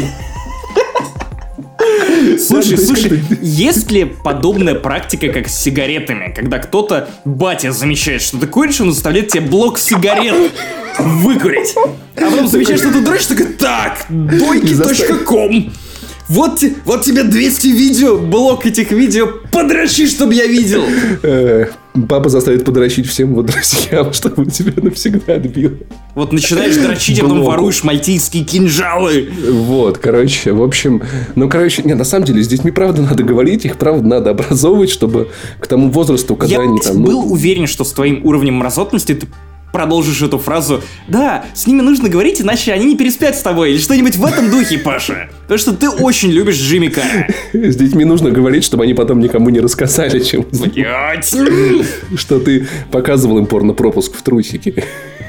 S1: Слушай, слушай, есть ли подобная практика, как с сигаретами, когда кто-то, батя, замечает, что ты куришь, он заставляет тебе блок сигарет выкурить, а потом замечаешь, что ты дрочишь, такой: так, дойки точка ком. Вот, вот тебе двести видео, блок этих видео, подрочи, чтобы я видел.
S2: Папа заставит подрочить всем вот друзьям, чтобы тебя навсегда отбил.
S1: Вот начинаешь дрочить, а потом воруешь мальтийские кинжалы.
S2: Вот, короче, в общем... Ну, короче, нет, на самом деле, с детьми правда надо говорить, их правда надо образовывать, чтобы к тому возрасту, когда
S1: я
S2: они там... Я
S1: был ну... уверен, что с твоим уровнем мразотности ты продолжишь эту фразу: да, с ними нужно говорить, иначе они не переспят с тобой, или что-нибудь в этом духе, Паша. Потому что ты очень любишь Джимми Карра.
S2: С детьми нужно говорить, чтобы они потом никому не рассказали, чем... Что ты показывал им порно-пропуск в трусике.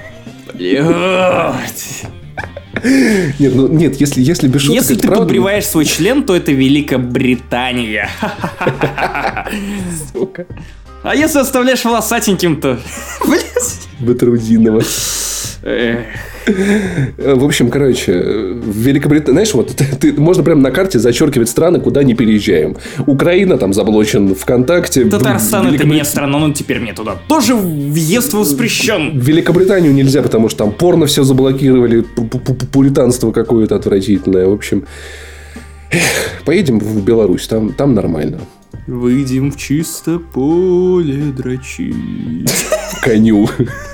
S1: Блять.
S2: Нет, ну нет, если, если без шуток,
S1: если ты правда... подбриваешь свой член, то это Великобритания.
S2: Сука.
S1: А если оставляешь волосатеньким, то...
S2: Батрудинова. В общем, короче, в Великобритании, знаешь, вот ты, ты, можно прямо на карте зачеркивать страны, куда не переезжаем. Украина там заблочен ВКонтакте.
S1: Татарстан Великобрит... это не страна, но теперь мне туда тоже въезд воспрещен.
S2: В Великобританию нельзя, потому что там порно все заблокировали, пуританство какое-то отвратительное. В общем, поедем в Беларусь, там, там нормально.
S1: Выйдем в чисто поле дрочить.
S2: Коню.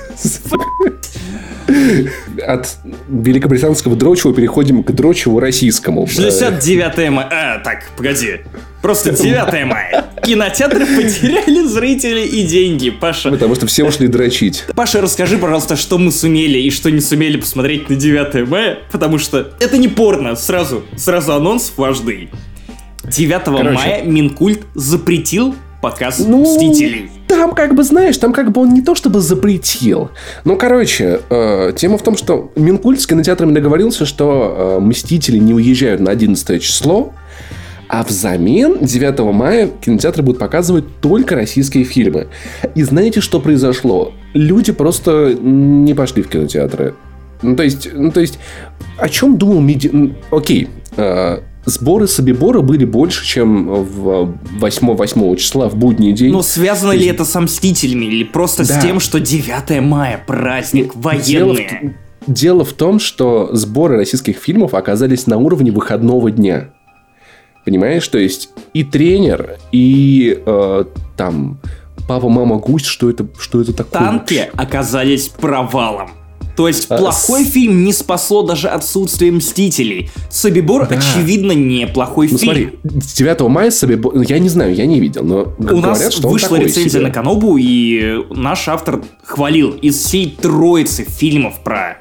S2: От великобританского дрочевого переходим к дрочеву российскому.
S1: шестьдесят девятое мая. А, так, погоди. Просто девятое мая. Кинотеатры потеряли зрителей и деньги, Паша.
S2: Потому что все ушли дрочить.
S1: Паша, расскажи, пожалуйста, что мы сумели и что не сумели посмотреть на девятое мая, потому что это не порно. Сразу, сразу анонс важный. девятого мая Минкульт запретил показ ну, «Мстителей».
S2: Там как бы, знаешь, там как бы он не то чтобы запретил. Ну, короче, э, тема в том, что Минкульт с кинотеатрами договорился, что э, «Мстители» не уезжают на одиннадцатое число, а взамен девятого мая кинотеатры будут показывать только российские фильмы. И знаете, что произошло? Люди просто не пошли в кинотеатры. Ну, то есть, ну, то есть о чем думал меди... Окей, э, сборы Собибора были больше, чем в восьмого числа в будний день.
S1: Но связано ли это со «Мстителями» или просто да. с тем, что девятое мая праздник военный?
S2: Дело в, дело в том, что сборы российских фильмов оказались на уровне выходного дня. Понимаешь? То есть и тренер, и э, там папа, мама, гусь, что это, что это такое?
S1: Танки вообще оказались провалом. То есть
S2: а,
S1: плохой с... фильм не спасло даже отсутствие Мстителей. Собибор, да. очевидно, неплохой
S2: ну,
S1: фильм.
S2: Смотри, девятого мая Собибор... Я не знаю, я не видел, но
S1: У
S2: говорят,
S1: нас
S2: что
S1: вышла
S2: он
S1: рецензия
S2: себе.
S1: на Канобу, и наш автор хвалил из всей троицы фильмов про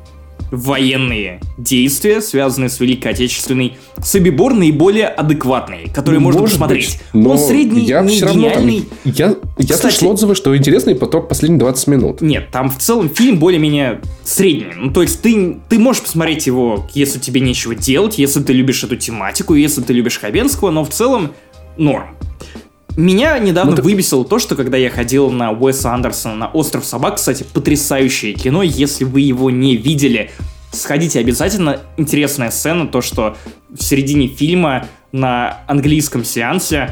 S1: военные действия, связанные с Великой Отечественной, Собибор наиболее адекватный, который можно
S2: Может
S1: посмотреть.
S2: Быть,
S1: он средний,
S2: я
S1: не
S2: все равно
S1: гениальный.
S2: Там, я я Кстати, слышал отзывы, что интересный поток последних двадцать минут.
S1: Нет, там в целом фильм более-менее средний. Ну, то есть ты, ты можешь посмотреть его, если тебе нечего делать, если ты любишь эту тематику, если ты любишь Хабенского, но в целом норм. Меня недавно ну, выбесило то, что когда я ходил на Уэса Андерсона на «Остров собак», кстати, потрясающее кино, если вы его не видели, сходите обязательно. Интересная сцена, то, что в середине фильма на английском сеансе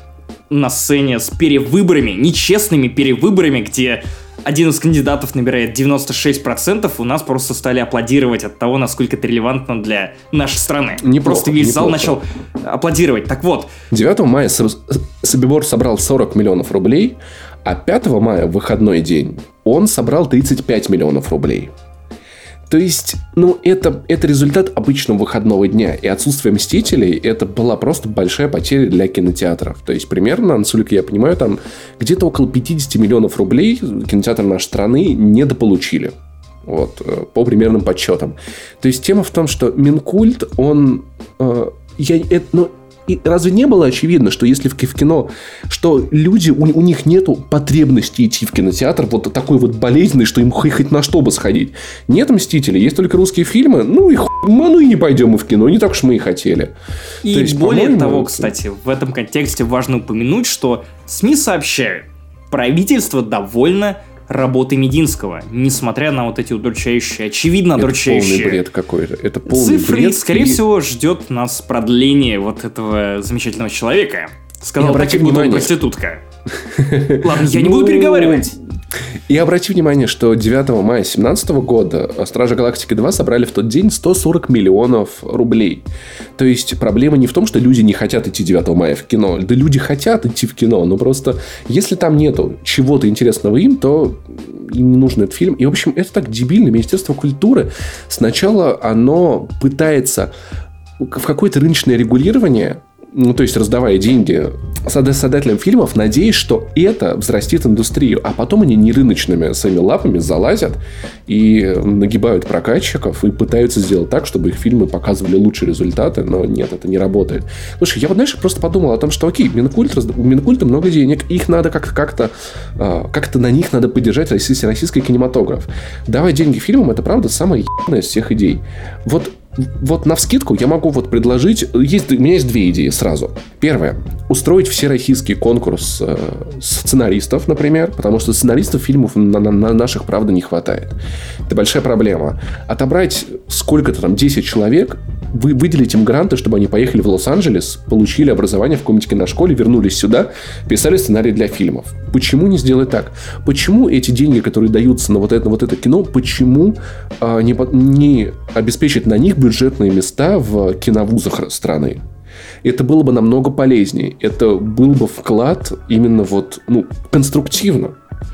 S1: на сцене с перевыборами, нечестными перевыборами, где один из кандидатов набирает девяносто шесть процентов, у нас просто стали аплодировать от того, насколько это релевантно для нашей страны.
S2: Неплохо,
S1: просто весь
S2: неплохо.
S1: зал начал аплодировать. Так вот.
S2: девятого мая Собибор собрал сорок миллионов рублей, а пятого мая, в выходной день, он собрал тридцать пять миллионов рублей. То есть, ну, это, это результат обычного выходного дня. И отсутствие «Мстителей» это была просто большая потеря для кинотеатров. То есть, примерно, насколько я понимаю, там где-то около пятьдесят миллионов рублей кинотеатры нашей страны недополучили. Вот, по примерным подсчетам. То есть, тема в том, что Минкульт, он... Э, я, это, ну, и разве не было очевидно, что если в кино, что люди, у, у них нету потребности идти в кинотеатр вот такой вот болезненный, что им хоть, хоть на что бы сходить. Нет «Мстителей», есть только русские фильмы, ну и хуй, ну и не пойдем мы в кино, не так уж мы и хотели.
S1: И
S2: То есть,
S1: более того, кстати, в этом контексте важно упомянуть, что СМИ сообщают, правительство довольно работы Мединского, несмотря на вот эти удручающие, очевидно удручающие...
S2: Это полный бред какой-то. Это полный
S1: цифры,
S2: бред.
S1: Скорее
S2: и...
S1: всего, ждет нас продление вот этого замечательного человека. Сказал так, как будто проститутка. Ладно, я не буду переговаривать.
S2: И обрати внимание, что девятого мая две тысячи семнадцатого года Стражи Галактики два собрали в тот день сто сорок миллионов рублей. То есть проблема не в том, что люди не хотят идти девятого мая в кино. Да люди хотят идти в кино, но просто если там нету чего-то интересного им, то им не нужен этот фильм. И, в общем, это так дебильно. Министерство культуры сначала оно пытается в какое-то рыночное регулирование, ну, то есть раздавая деньги создателям фильмов, надеясь, что это взрастит индустрию. А потом они не рыночными своими лапами залазят и нагибают прокатчиков и пытаются сделать так, чтобы их фильмы показывали лучшие результаты. Но нет, это не работает. Слушай, я вот, знаешь, просто подумал о том, что окей, Минкульт, у Минкульта много денег, их надо как-то, как-то, как-то на них надо поддержать российский, российский кинематограф. Давать деньги фильмам, это правда самая ебаная из всех идей. Вот Вот навскидку я могу вот предложить... Есть, у меня есть две идеи сразу. Первое. Устроить всероссийский конкурс э, сценаристов, например. Потому что сценаристов фильмов на, на, на наших, правда, не хватает. Это большая проблема. Отобрать сколько-то там, десять человек, вы, выделить им гранты, чтобы они поехали в Лос-Анджелес, получили образование в какой-нибудь киношколе, вернулись сюда, писали сценарий для фильмов. Почему не сделать так? Почему эти деньги, которые даются на вот это, вот это кино, почему э, не, не обеспечить на них бюджетные места в киновузах страны? Это было бы намного полезнее. Это был бы вклад именно вот, ну, конструктивно.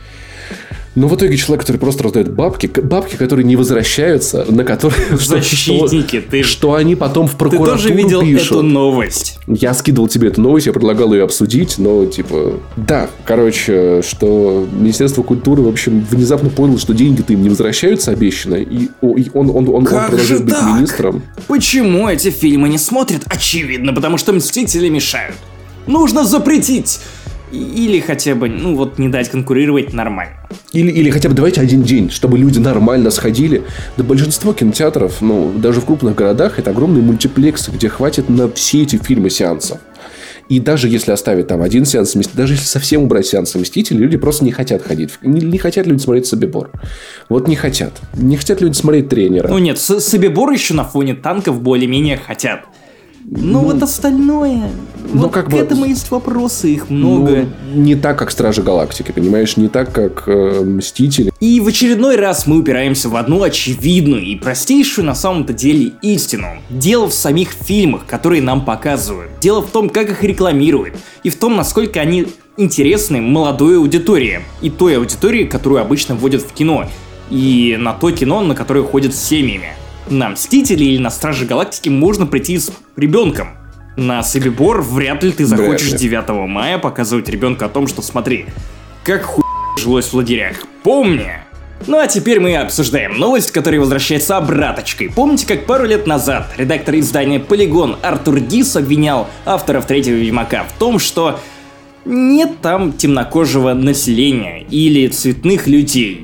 S2: Но в итоге человек, который просто раздает бабки, бабки, которые не возвращаются, на которые...
S1: Защитники,
S2: что,
S1: ты...
S2: Что они потом в прокуратуру пишут.
S1: Ты тоже видел
S2: пишут.
S1: эту новость.
S2: Я скидывал тебе эту новость, я предлагал ее обсудить, но, типа... Да, короче, что Министерство культуры, в общем, внезапно понял, что деньги-то им не возвращаются обещанно, и он, он, он, он, он продолжает быть министром.
S1: Почему эти фильмы не смотрят? Очевидно, потому что «Мстители» мешают. Нужно запретить! Или хотя бы, ну вот, не дать конкурировать нормально.
S2: Или, или хотя бы давайте один день, чтобы люди нормально сходили. Да большинство кинотеатров, ну, даже в крупных городах, это огромные мультиплексы, где хватит на все эти фильмы сеансов. И даже если оставить там один сеанс, даже если совсем убрать сеансы «Мстителей», люди просто не хотят ходить. Не, не хотят люди смотреть «Собибор». Вот не хотят. Не хотят люди смотреть «Тренера».
S1: Ну нет, «Собибор» еще на фоне танков более-менее хотят. Но ну, вот остальное...
S2: Ну,
S1: вот
S2: как
S1: к
S2: бы,
S1: этому есть вопросы, их много.
S2: Ну, не так, как Стражи Галактики, понимаешь? Не так, как э, Мстители.
S1: И в очередной раз мы упираемся в одну очевидную и простейшую на самом-то деле истину. Дело в самих фильмах, которые нам показывают. Дело в том, как их рекламируют. И в том, насколько они интересны молодой аудитории. И той аудитории, которую обычно вводят в кино. И на то кино, на которое ходят с семьями. На Мстители или на Стражи Галактики можно прийти с ребенком. На Собибор вряд ли ты захочешь девятого мая показывать ребенку о том, что смотри, как хуй жилось в лагерях. Помни! Ну а теперь мы обсуждаем новость, которая возвращается обраточкой. Помните, как пару лет назад редактор издания Polygon Артур Гис обвинял авторов третьего Ведьмака в том, что нет там темнокожего населения или цветных людей.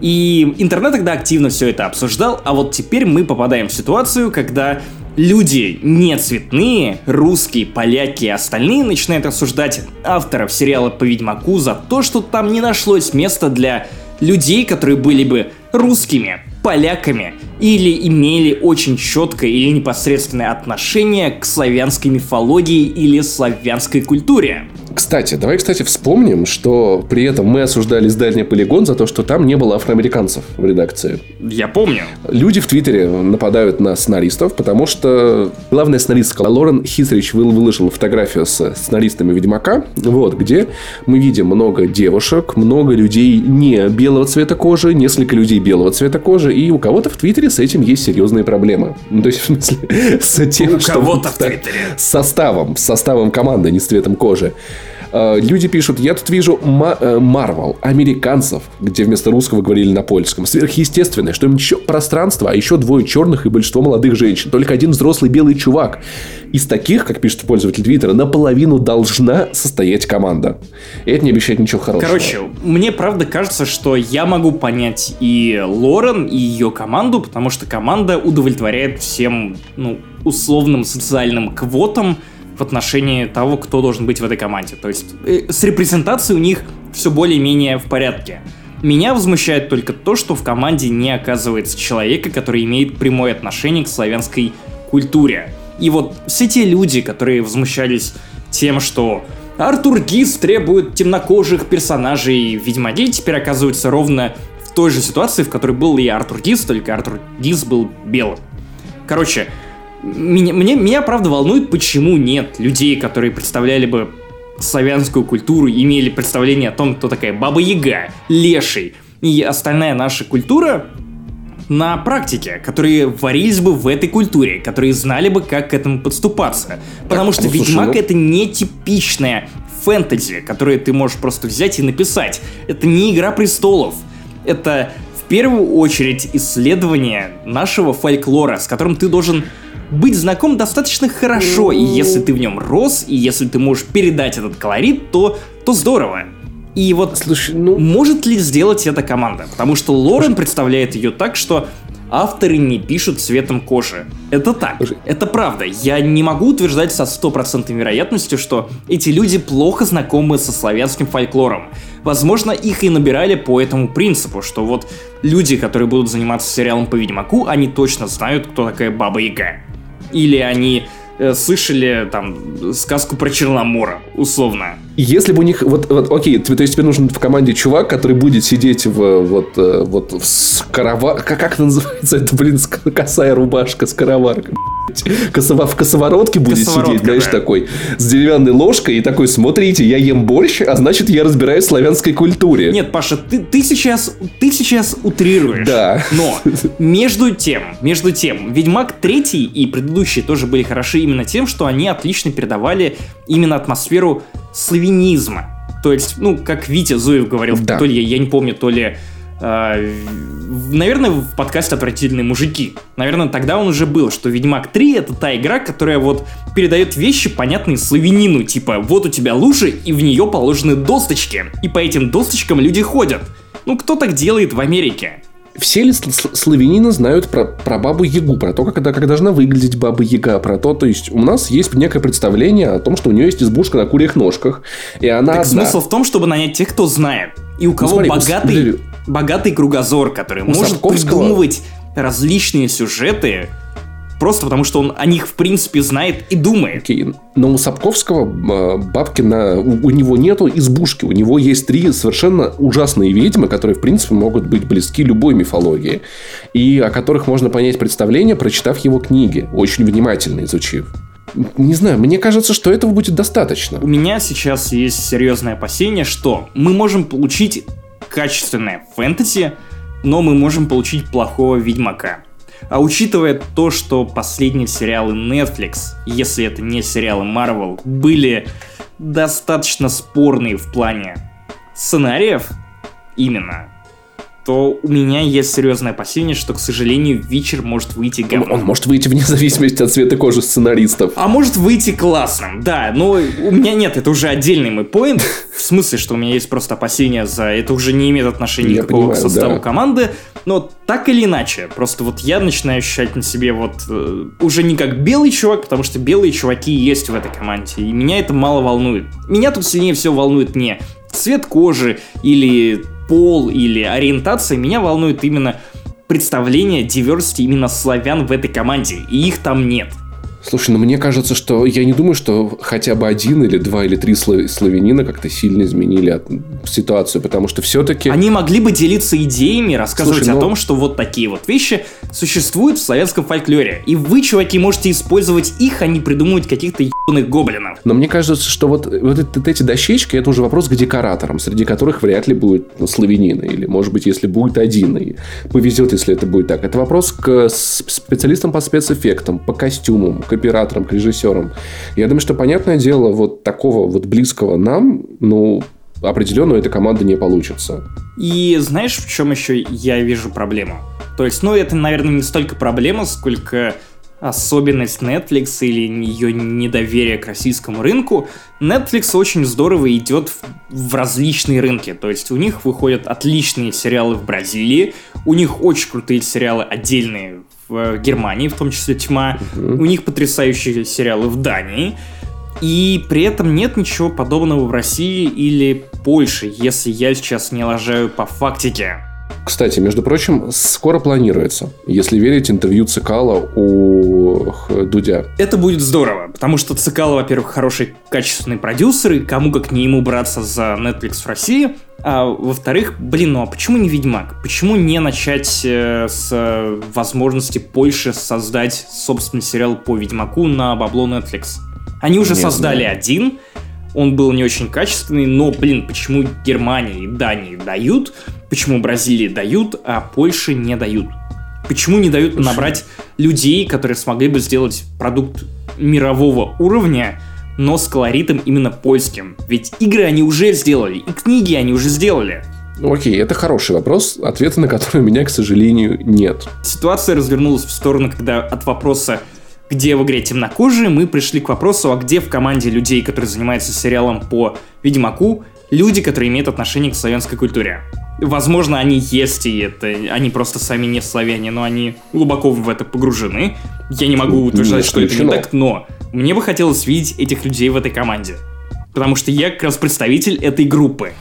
S1: И интернет тогда активно все это обсуждал, а вот теперь мы попадаем в ситуацию, когда люди не цветные, русские, поляки и остальные начинают осуждать авторов сериала по Ведьмаку за то, что там не нашлось места для людей, которые были бы русскими, поляками или имели очень четкое или непосредственное отношение к славянской мифологии или славянской культуре.
S2: Кстати, давай, кстати, вспомним, что при этом мы осуждали издание Polygon за то, что там не было афроамериканцев в редакции.
S1: Я помню.
S2: Люди в Твиттере нападают на сценаристов, потому что главная сценаристка Лорен Хисрич выложила фотографию с сценаристами Ведьмака, вот, где мы видим много девушек, много людей не белого цвета кожи, несколько людей белого цвета кожи, и у кого-то в Твиттере с этим есть серьезные проблемы. Ну, то есть, в смысле, с тем,
S1: у что кого-то в Твиттере.
S2: С составом, с составом команды, не с цветом кожи. Люди пишут, я тут вижу Марвел, американцев, где вместо русского говорили на польском. Сверхъестественное, что им еще пространство, а еще двое черных и большинство молодых женщин. Только один взрослый белый чувак. Из таких, как пишет пользователь Твиттера, наполовину должна состоять команда. И это не обещает ничего хорошего.
S1: Короче, мне правда кажется, что я могу понять и Лорен, и ее команду, потому что команда удовлетворяет всем, ну, условным социальным квотам в отношении того, кто должен быть в этой команде. То есть э, с репрезентацией у них все более-менее в порядке. Меня возмущает только то, что в команде не оказывается человека, который имеет прямое отношение к славянской культуре. И вот все те люди, которые возмущались тем, что Артур Гис требует темнокожих персонажей в Ведьмаке, теперь оказываются ровно в той же ситуации, в которой был и Артур Гис, только Артур Гис был белым. Короче, Меня, мне, меня правда волнует, почему нет людей, которые представляли бы славянскую культуру, имели представление о том, кто такая Баба-Яга, Леший и остальная наша культура на практике, которые варились бы в этой культуре, которые знали бы, как к этому подступаться. Потому так, что ну, Ведьмак слушай, ну... это не типичная фэнтези, которую ты можешь просто взять и написать. Это не Игра престолов. Это в первую очередь исследование нашего фольклора, с которым ты должен быть знаком достаточно хорошо, и если ты в нем рос, и если ты можешь передать этот колорит, то, то здорово. И вот, слушай, ну... может ли сделать эта команда? Потому что Лорен представляет ее так, что авторы не пишут цветом кожи. Это так, слушай. Это правда. Я не могу утверждать со стопроцентной вероятностью, что эти люди плохо знакомы со славянским фольклором. Возможно, их и набирали по этому принципу, что вот люди, которые будут заниматься сериалом по Ведьмаку, они точно знают, кто такая Баба-Яга. Или они э, слышали там сказку про Черномора, условно.
S2: Если бы у них... Вот, вот окей, то есть тебе нужен в команде чувак, который будет сидеть в... Вот, вот в скоровар... Как, как это называется? Это, блин, косая рубашка, скороварка. Косово... В косоворотке будет сидеть, знаешь, да. Такой, с деревянной ложкой и такой, смотрите, я ем борщ, а значит, я разбираюсь в славянской культуре.
S1: Нет, Паша, ты, ты, сейчас, ты сейчас утрируешь.
S2: Да.
S1: Но между тем, между тем, Ведьмак третий и предыдущие тоже были хороши именно тем, что они отлично передавали именно атмосферу славянизма. То есть, ну, как Витя Зуев говорил, да. То ли, я не помню, то ли... Э, наверное, в подкасте «Отвратительные мужики». Наверное, тогда он уже был, что Ведьмак три — это та игра, которая вот передает вещи, понятные славянину. Типа, вот у тебя лужа, и в нее положены досточки. И по этим досточкам люди ходят. Ну, кто так делает в Америке?
S2: Все ли славянины знают про, про Бабу-Ягу, про то, как, как должна выглядеть Баба-Яга, про то, то есть у нас есть некое представление о том, что у нее есть избушка на курьих ножках, и она
S1: так
S2: одна.
S1: Смысл в том, чтобы нанять тех, кто знает, и у кого ну, смотри, богатый, у... богатый кругозор, который у может Сапковского... придумывать различные сюжеты просто потому что он о них, в принципе, знает и думает.
S2: Окей, но у Сапковского э, бабки на... У, у него нету избушки, у него есть три совершенно ужасные ведьмы, которые, в принципе, могут быть близки любой мифологии, и о которых можно понять представление, прочитав его книги, очень внимательно изучив. Не знаю, мне кажется, что этого будет достаточно.
S1: У меня сейчас есть серьезное опасение, что мы можем получить качественное фэнтези, но мы можем получить плохого Ведьмака. А учитывая то, что последние сериалы Netflix, если это не сериалы Marvel, были достаточно спорные в плане сценариев именно, то у меня есть серьезное опасение, что, к сожалению, Вичер может выйти говном.
S2: Он может выйти вне зависимости от цвета кожи сценаристов.
S1: А может выйти классным, да, но у меня нет, это уже отдельный мой поинт, в смысле, что у меня есть просто опасения за... Это уже не имеет отношения
S2: я
S1: никакого
S2: понимаю,
S1: к составу
S2: да.
S1: команды, но так или иначе, просто вот я начинаю ощущать на себе вот э, уже не как белый чувак, потому что белые чуваки есть в этой команде, и меня это мало волнует. Меня тут сильнее всего волнует не цвет кожи или... пол или ориентация, меня волнует именно представление diversity именно славян в этой команде, и их там нет.
S2: Слушай, ну мне кажется, что я не думаю, что хотя бы один или два или три слав... славянина как-то сильно изменили от... ситуацию, потому что все-таки...
S1: Они могли бы делиться идеями, рассказывать
S2: Слушай,
S1: о
S2: ну...
S1: том, что вот такие вот вещи существуют в славянском фольклоре, и вы, чуваки, можете использовать их, а не придумывать каких-то ебаных гоблинов.
S2: Но мне кажется, что вот, вот, вот эти дощечки, это уже вопрос к декораторам, среди которых вряд ли будет ну, славянина, или, может быть, если будет один, и повезет, если это будет так. Это вопрос к специалистам по спецэффектам, по костюмам, к операторам, к режиссерам. Я думаю, что, понятное дело, вот такого вот близкого нам, ну, определенно эта команда не получится.
S1: И знаешь, в чем еще я вижу проблему? То есть, ну, это, наверное, не столько проблема, сколько особенность Netflix или ее недоверие к российскому рынку. Netflix очень здорово идет в, в различные рынки. То есть, у них выходят отличные сериалы в Бразилии, у них очень крутые сериалы отдельные в Германии, в том числе «Тьма», mm-hmm. у них потрясающие сериалы в Дании. И при этом нет ничего подобного в России или Польше, если я сейчас не лажаю по фактике.
S2: Кстати, между прочим, скоро планируется, если верить интервью Цикало у Дудя.
S1: Это будет здорово, потому что Цикало, во-первых, хороший, качественный продюсер, и кому как не ему браться за Netflix в России. А во-вторых, блин, ну а почему не Ведьмак? Почему не начать э, с возможности Польши создать собственный сериал по Ведьмаку на бабло Netflix? Они уже не создали знаю. один, он был не очень качественный, но, блин, почему Германия и Дания дают, почему Бразилия дают, а Польше не дают? Почему не дают набрать людей, которые смогли бы сделать продукт мирового уровня, но с колоритом именно польским? Ведь игры они уже сделали, и книги они уже сделали.
S2: Окей, это хороший вопрос, ответа на который у меня, к сожалению, нет.
S1: Ситуация развернулась в сторону, когда от вопроса где в игре темнокожие, мы пришли к вопросу, а где в команде людей, которые занимаются сериалом по Ведьмаку, люди, которые имеют отношение к славянской культуре. Возможно, они есть, и это они просто сами не славяне, но они глубоко в это погружены. Я не могу утверждать, что это не так, но мне бы хотелось видеть этих людей в этой команде. Потому что я как раз представитель этой группы.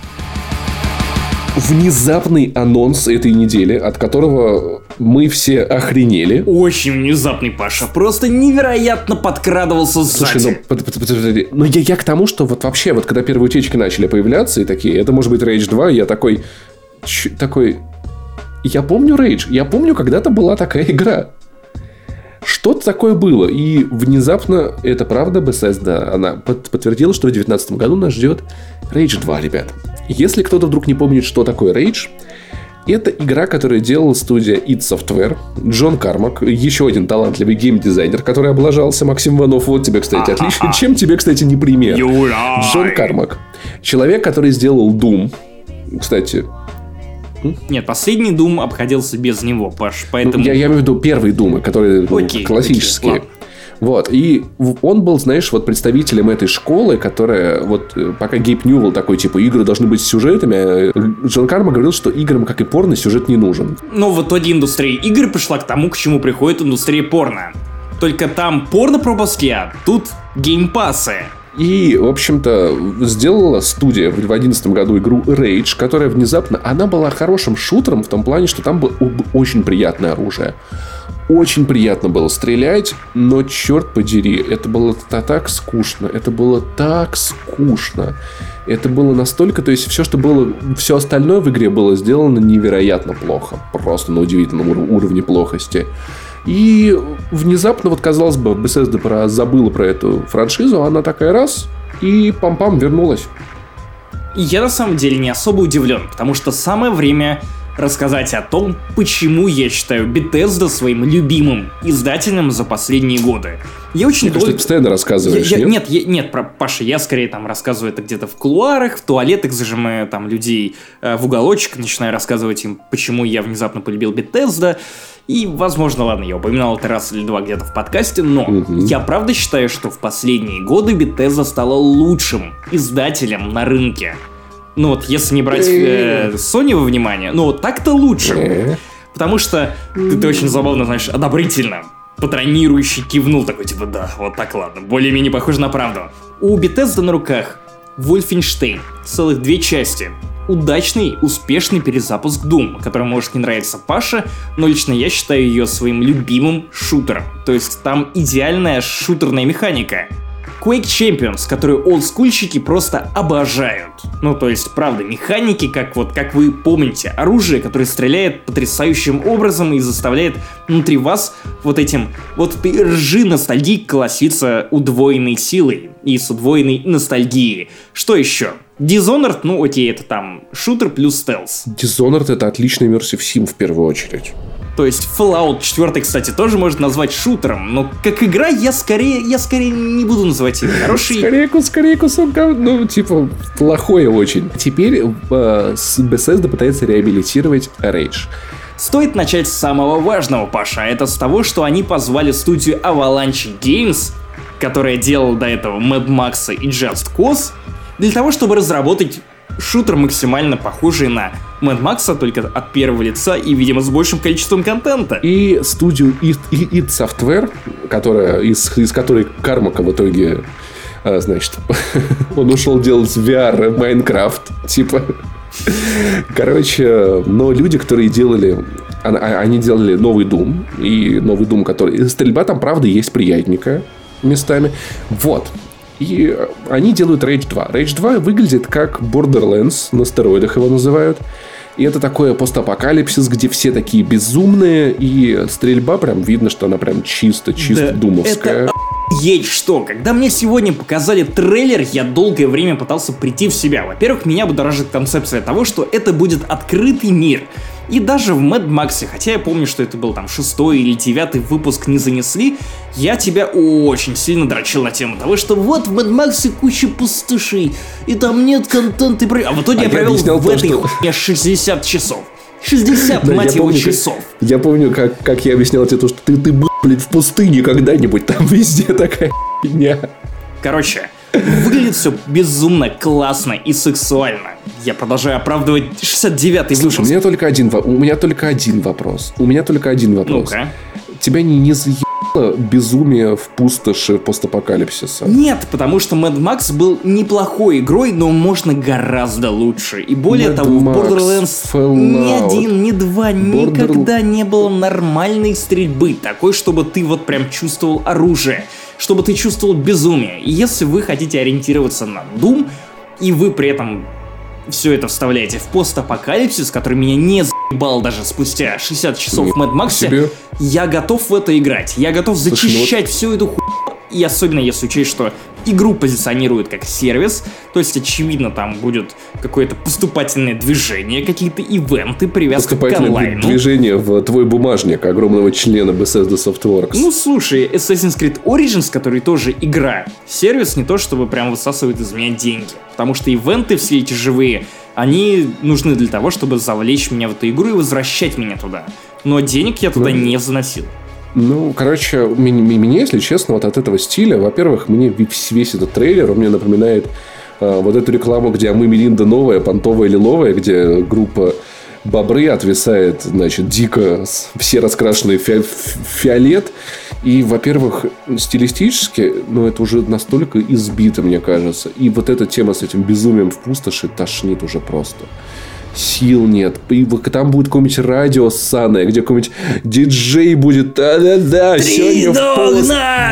S2: Внезапный анонс этой недели, от которого мы все охренели.
S1: Очень внезапный, Паша. Просто невероятно подкрадывался сзади.
S2: Слушай, ну, под, под, под, под, ну я, я к тому, что вот вообще, вот когда первые утечки начали появляться и такие, это может быть Rage два, я такой, ч, такой, я помню Rage, я помню, когда-то была такая игра. Что-то такое было, и внезапно, это правда, Bethesda, она под, подтвердила, что в две тысячи девятнадцатом году нас ждет Rage два, ребят. Если кто-то вдруг не помнит, что такое Rage, это игра, которую делала студия id Software, Джон Кармак, еще один талантливый геймдизайнер, который облажался, Максим Иванов, вот тебе, кстати, отлично. Чем тебе, кстати, не пример? Джон Кармак. Человек, который сделал Doom, кстати...
S1: Нет, последний Doom обходился без него, Паш, поэтому...
S2: Я, я имею в виду первые Думы, которые ну, окей, классические. Окей, вот, и он был, знаешь, вот представителем этой школы, которая, вот, пока Гейб Ньюэлл такой, типа, игры должны быть с сюжетами, а Джон Кармак говорил, что играм, как и порно, сюжет не нужен.
S1: Но в итоге индустрия игр пришла к тому, к чему приходит индустрия порно. Только там порно-пропуски, а тут геймпассы.
S2: И, в общем-то, сделала студия в две тысячи одиннадцатом году игру Rage, которая внезапно... Она была хорошим шутером в том плане, что там было очень приятное оружие. очень приятно было стрелять, но, черт подери, это было так скучно. Это было так скучно. Это было настолько... То есть, все, что было... Все остальное в игре было сделано невероятно плохо. Просто на удивительном уровне плохости. И внезапно, вот казалось бы, Bethesda про, забыла про эту франшизу, она такая раз, и пам-пам вернулась.
S1: Я на самом деле не особо удивлен, потому что самое время рассказать о том, почему я считаю Bethesda своим любимым издателем за последние годы. Я очень
S2: долго... Ты постоянно рассказываешь,
S1: я, я,
S2: нет?
S1: Нет, я, нет, про, Паша, я скорее там рассказываю это где-то в кулуарах, в туалетах, зажимаю там людей э, в уголочек, начинаю рассказывать им, почему я внезапно полюбил Bethesda. И, возможно, ладно, я упоминал это раз или два где-то в подкасте, но угу. я правда считаю, что в последние годы Bethesda стала лучшим издателем на рынке. Ну вот, если не брать э, Sony во внимание, ну вот так-то лучше. Потому что ты, ты очень забавно, знаешь, одобрительно, патронирующий кивнул, такой типа, да, вот так ладно, более-менее похоже на правду. У Bethesda на руках Wolfenstein, целых две части. Удачный, успешный перезапуск Doom, который может не нравиться Паше, но лично я считаю ее своим любимым шутером. То есть там идеальная шутерная механика. Quake Champions, которую олдскульщики просто обожают. Ну, то есть, правда, механики, как вот, как вы помните, оружие, которое стреляет потрясающим образом и заставляет внутри вас вот этим вот этой ржи ностальгии колоситься удвоенной силой и с удвоенной ностальгией. Что еще? Dishonored, ну окей, это там шутер плюс стелс.
S2: Dishonored — это отличная версия в Сим в первую очередь.
S1: То есть Fallout четыре, кстати, тоже можно назвать шутером, но как игра я скорее, я скорее не буду называть ее хорошей.
S2: Скорее, скорее кусок, ну, типа, плохое очень. Теперь э, Bethesda пытается реабилитировать Rage.
S1: Стоит начать с самого важного, Паша, это с того, что они позвали студию Avalanche Games, которая делала до этого Mad Max и Just Cause, для того, чтобы разработать шутер, максимально похожий на Mad Max, только от первого лица и, видимо, с большим количеством контента.
S2: И студию id, id Software, которая, из, из которой Кармака в итоге, а, значит, он ушел делать ви ар Майнкрафт, типа. Короче, но люди, которые делали... Они делали новый Doom, и новый Doom, который... Стрельба там, правда, есть приятненькая местами. Вот. И они делают Rage два. Rage два выглядит как Borderlands, на стероидах его называют. И это такой постапокалипсис, где все такие безумные, и стрельба прям видно, что она прям чисто-чисто да, думовская.
S1: Это охуеть что! Когда мне сегодня показали трейлер, я долгое время пытался прийти в себя. Во-первых, меня будоражит концепция того, что это будет открытый мир. И даже в Mad Max, хотя я помню, что это был там шестой или девятый выпуск, не занесли, я тебя очень сильно дрочил на тему того, что вот в Mad Max куча пустышей, и там нет контента, и... а в итоге а я провел в то, этой что... хуйне шестьдесят часов. шестьдесят, да, мать его, помню, часов.
S2: Как, я помню, как, как я объяснял тебе то, что ты, ты, блядь, в пустыне когда-нибудь, там везде такая хуйня.
S1: Короче, выглядит все безумно классно и сексуально. Я продолжаю оправдывать шестьдесят девятый выпуск.
S2: Слушай, у меня только один, у меня только один вопрос. У меня только один вопрос.
S1: Ну-ка.
S2: Тебя не, не заебало безумие в пустоши постапокалипсиса?
S1: Нет, потому что Mad Max был неплохой игрой, но можно гораздо лучше. И более
S2: Mad
S1: того, в
S2: Borderlands
S1: ни один, ни два Border... никогда не было нормальной стрельбы. Такой, чтобы ты вот прям чувствовал оружие. Чтобы ты чувствовал безумие. И если вы хотите ориентироваться на Doom, и вы при этом все это вставляете в постапокалипсис, который меня не заебал даже спустя шестьдесят часов в Mad Max, я готов в это играть. Я готов зачищать всю эту хуйню. И особенно если учесть, что игру позиционируют как сервис, то есть, очевидно, там будет какое-то поступательное движение, какие-то ивенты, привязка к онлайну.
S2: Движение в твой бумажник огромного члена Bethesda Softworks.
S1: Ну, слушай, Assassin's Creed Origins, который тоже игра, сервис не то, чтобы прям высасывает из меня деньги. Потому что ивенты все эти живые, они нужны для того, чтобы завлечь меня в эту игру и возвращать меня туда. Но денег я туда ну... не заносил.
S2: Ну, короче, мне, если честно, вот от этого стиля, во-первых, мне весь этот трейлер, он мне напоминает э, вот эту рекламу, где мы Мелинда новая, понтовая лиловая, где группа бобры отвисает, значит, дико, все раскрашенные в фи- фиолет. И, во-первых, стилистически, ну, это уже настолько избито, мне кажется. И вот эта тема с этим безумием в пустоши тошнит уже просто. сил нет. И там будет какое-нибудь радио ссаное, где какой-нибудь диджей будет. Да-да-да, сегодня в пол...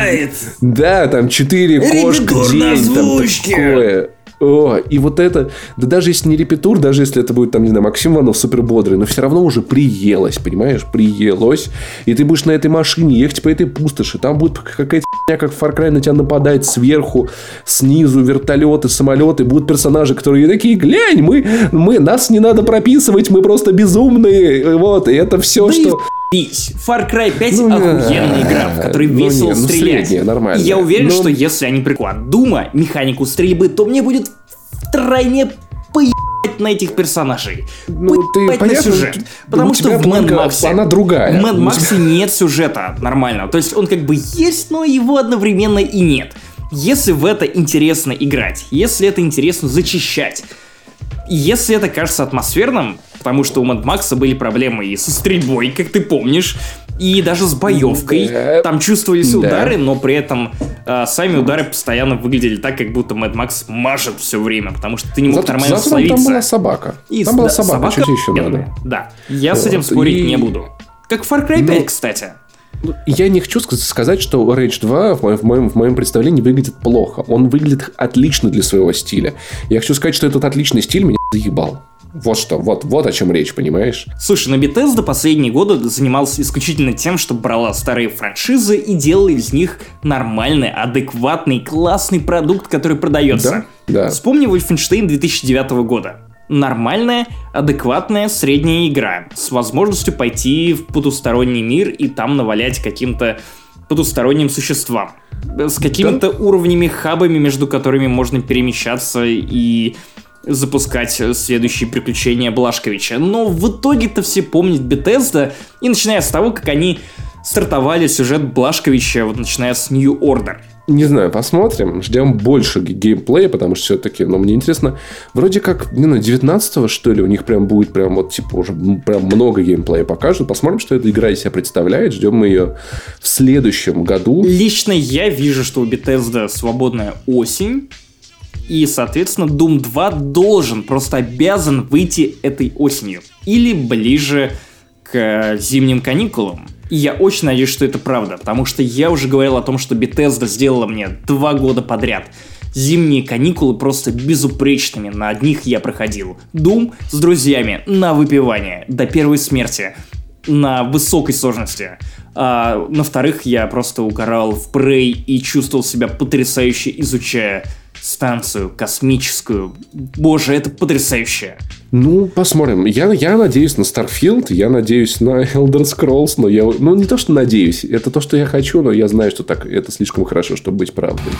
S2: Да, там четыре кошка день, там такое. О, и вот это, да даже если не репетур, даже если это будет, там, не знаю, Максим Иванов супер бодрый, но все равно уже приелось, понимаешь, приелось. И ты будешь на этой машине ехать по этой пустоши, там будет какая-то херня, как в Far Cry на тебя нападает сверху, снизу, вертолеты, самолеты, будут персонажи, которые такие, глянь, мы, мы, нас не надо прописывать, мы просто безумные, вот, и это все, да что...
S1: Far Cry пять ну, охуенная игра, в которой ну, весело нет, ну, стрелять. Средняя, нормально. И я уверен, но... что если они прикладут Дума, механику стрельбы, то мне будет втройне поебать на этих персонажей. Ну, поебать ты, на сюжет. Потому что в Mad Max
S2: она другая.
S1: В Mad Max тебя... нет сюжета нормального. То есть он как бы есть, но его одновременно и нет. Если в это интересно играть, если это интересно зачищать, если это кажется атмосферным, потому что у Mad Max были проблемы и со стрельбой, как ты помнишь, и даже с боевкой. Да. Там чувствовались удары, да. но при этом э, сами удары постоянно выглядели так, как будто Mad Max мажет все время, потому что ты не мог зато,
S2: нормально
S1: зато словиться.
S2: Там была собака. И, там была да, собака, собака, что еще надо?
S1: Да, я вот. с этим спорить и... не буду. Как Far Cry пять, но... кстати.
S2: Я не хочу сказать, что Rage два в моем, в, моем, в моем представлении выглядит плохо. Он выглядит отлично для своего стиля. Я хочу сказать, что этот отличный стиль меня заебал. Вот что, вот, вот о чем речь, понимаешь?
S1: Слушай, но Bethesda последние годы занимался исключительно тем, что брала старые франшизы и делала из них нормальный, адекватный, классный продукт, который продается.
S2: Да, да.
S1: Вспомни Wolfenstein две тысячи девятого года. Нормальная, адекватная средняя игра с возможностью пойти в потусторонний мир и там навалять каким-то потусторонним существам. С какими-то да. уровнями, хабами, между которыми можно перемещаться и запускать следующие приключения Блашковича. Но в итоге-то все помнят Bethesda, и начиная с того, как они стартовали сюжет Блашковича, вот начиная с New Order.
S2: Не знаю, посмотрим. Ждем больше геймплея, потому что все-таки, но мне интересно, вроде как, не знаю, девятнадцатого, что ли, у них прям будет прям вот, типа, уже прям много геймплея покажут. Посмотрим, что эта игра из себя представляет. Ждем мы ее в следующем году.
S1: Лично я вижу, что у Bethesda свободная осень. И, соответственно, Doom два должен, просто обязан выйти этой осенью. Или ближе к зимним каникулам. И я очень надеюсь, что это правда, потому что я уже говорил о том, что Bethesda сделала мне два года подряд зимние каникулы просто безупречными. На одних я проходил Doom с друзьями на выпивание до первой смерти на высокой сложности. А на вторых я просто угорал в Prey и чувствовал себя потрясающе, изучая станцию космическую. Боже, это потрясающе.
S2: Ну, посмотрим. Я, я надеюсь на Starfield, я надеюсь на Elder Scrolls, но я... Ну, не то, что надеюсь, это то, что я хочу, но я знаю, что так это слишком хорошо, чтобы быть правдой.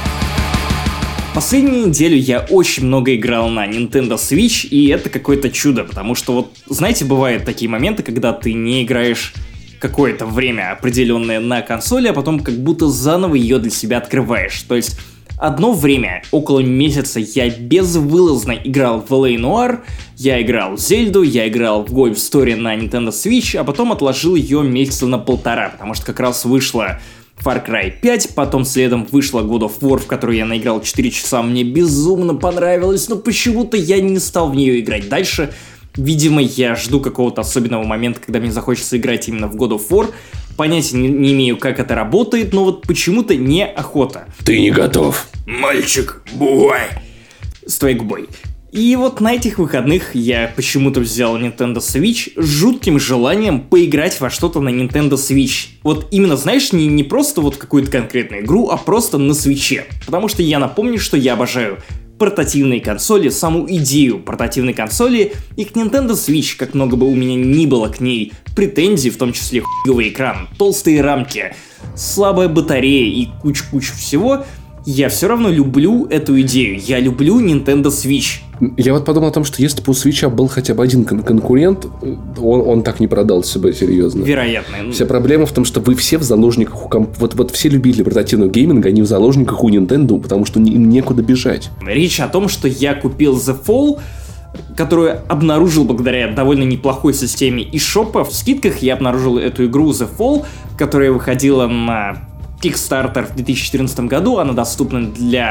S1: Последнюю неделю я очень много играл на Nintendo Switch, и это какое-то чудо, потому что вот, знаете, бывают такие моменты, когда ты не играешь какое-то время определенное на консоли, а потом как будто заново ее для себя открываешь. То есть одно время, около месяца, я безвылазно играл в эл эй Noire, я играл в Зельду, я играл в Golf Story на Nintendo Switch, а потом отложил ее месяца на полтора, потому что как раз вышла Far Cry пять, потом следом вышла God of War, в которую я наиграл четыре часа, мне безумно понравилось, но почему-то я не стал в нее играть дальше. Видимо, я жду какого-то особенного момента, когда мне захочется играть именно в God of War. Понятия не, не имею, как это работает, но вот почему-то неохота.
S2: Ты не готов.
S1: Мальчик, бой. С твоей губой. И вот на этих выходных я почему-то взял Nintendo Switch с жутким желанием поиграть во что-то на Nintendo Switch. Вот именно, знаешь, не, не просто вот какую-то конкретную игру, а просто на Switch'е. Потому что я напомню, что я обожаю портативные консоли, саму идею портативной консоли, и к Nintendo Switch, как много бы у меня ни было к ней претензий, в том числе хуёвый экран, толстые рамки, слабая батарея и куч-куч всего, я все равно люблю эту идею. Я люблю Nintendo Switch.
S2: Я вот подумал о том, что если бы у Switch'а был хотя бы один кон- конкурент, он, он так не продал себя серьезно.
S1: Вероятно.
S2: Вся проблема в том, что вы все в заложниках у комп... вот, вот все любители портативного гейминга, они в заложниках у Nintendo, потому что им некуда бежать.
S1: Речь о том, что я купил The Fall, которую обнаружил благодаря довольно неплохой системе eShop. В скидках я обнаружил эту игру The Fall, которая выходила на Kickstarter в две тысячи четырнадцатом году. Она доступна для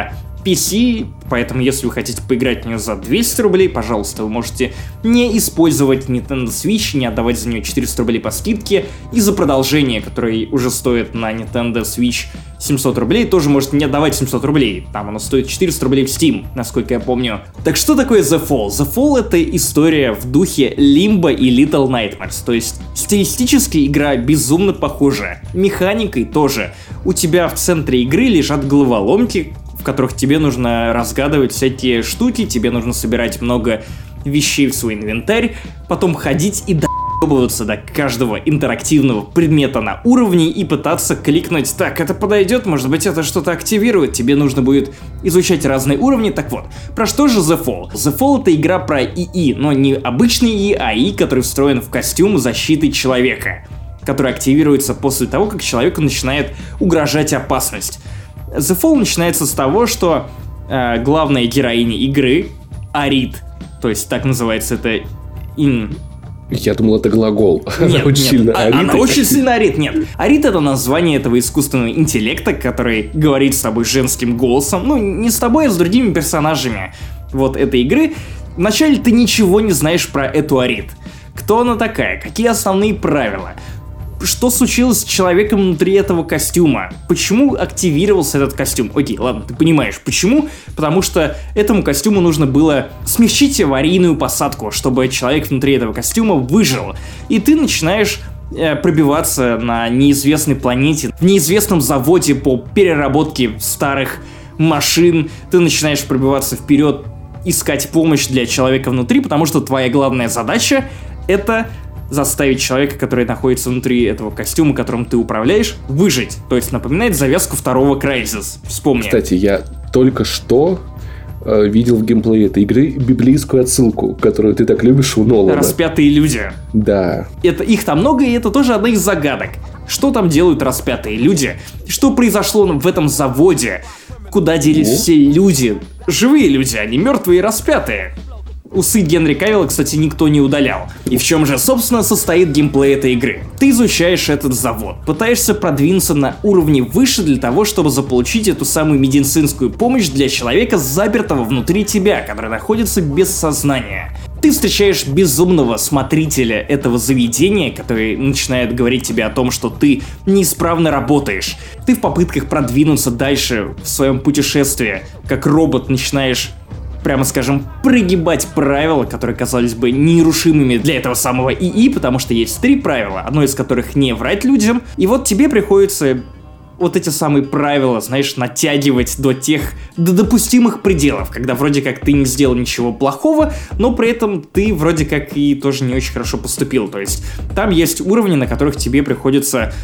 S1: пи си, поэтому если вы хотите поиграть в нее за двести рублей, пожалуйста, вы можете не использовать Nintendo Switch, не отдавать за нее четыреста рублей по скидке, и за продолжение, которое уже стоит на Nintendo Switch семьсот рублей, тоже можете не отдавать семьсот рублей, там оно стоит четыреста рублей в Steam, насколько я помню. Так что такое The Fall? The Fall — это история в духе Limbo и Little Nightmares, то есть стилистически игра безумно похожа, механикой тоже. У тебя в центре игры лежат головоломки, в которых тебе нужно разгадывать всякие штуки, тебе нужно собирать много вещей в свой инвентарь, потом ходить и доебываться до каждого интерактивного предмета на уровне и пытаться кликнуть: так, это подойдет, может быть, это что-то активирует, тебе нужно будет изучать разные уровни. Так вот, про что же The Fall? The Fall — это игра про ИИ, но не обычный ИИ, а ИИ, который встроен в костюм защиты человека, который активируется после того, как человеку начинает угрожать опасность. The Fall начинается с того, что э, главная героиня игры, Арит, то есть так называется это ин...
S2: Я думал, это глагол.
S1: Нет,
S2: она очень
S1: нет,
S2: сильно
S1: а,
S2: Арит.
S1: Она очень сильно Арит, нет. Арит — это название этого искусственного интеллекта, который говорит с тобой женским голосом. Ну, не с тобой, а с другими персонажами вот этой игры. Вначале ты ничего не знаешь про эту Арит. Кто она такая? Какие основные правила? Что случилось с человеком внутри этого костюма? Почему активировался этот костюм? Окей, ладно, ты понимаешь, почему? Потому что этому костюму нужно было смягчить аварийную посадку, чтобы человек внутри этого костюма выжил. И ты начинаешь э, пробиваться на неизвестной планете, в неизвестном заводе по переработке старых машин. Ты начинаешь пробиваться вперед, искать помощь для человека внутри, потому что твоя главная задача — это заставить человека, который находится внутри этого костюма, которым ты управляешь, выжить. То есть напоминает завязку второго Crysis. Вспомни.
S2: Кстати, я только что э, видел в геймплее этой игры библейскую отсылку, которую ты так любишь у Нолана.
S1: Распятые люди.
S2: Да.
S1: Это, их там много, и это тоже одна из загадок. Что там делают распятые люди? Что произошло в этом заводе? Куда делись О? все люди? Живые люди, они мертвые и распятые. Усы Генри Кавилла, кстати, никто не удалял. И в чем же, собственно, состоит геймплей этой игры? Ты изучаешь этот завод, пытаешься продвинуться на уровне выше для того, чтобы заполучить эту самую медицинскую помощь для человека, запертого внутри тебя, который находится без сознания. Ты встречаешь безумного смотрителя этого заведения, который начинает говорить тебе о том, что ты неисправно работаешь. Ты в попытках продвинуться дальше в своем путешествии, как робот, начинаешь, прямо скажем, прогибать правила, которые казались бы нерушимыми для этого самого ИИ, потому что есть три правила, одно из которых не врать людям, и вот тебе приходится вот эти самые правила, знаешь, натягивать до тех, до допустимых пределов, когда вроде как ты не сделал ничего плохого, но при этом ты вроде как и тоже не очень хорошо поступил, то есть там есть уровни, на которых тебе приходится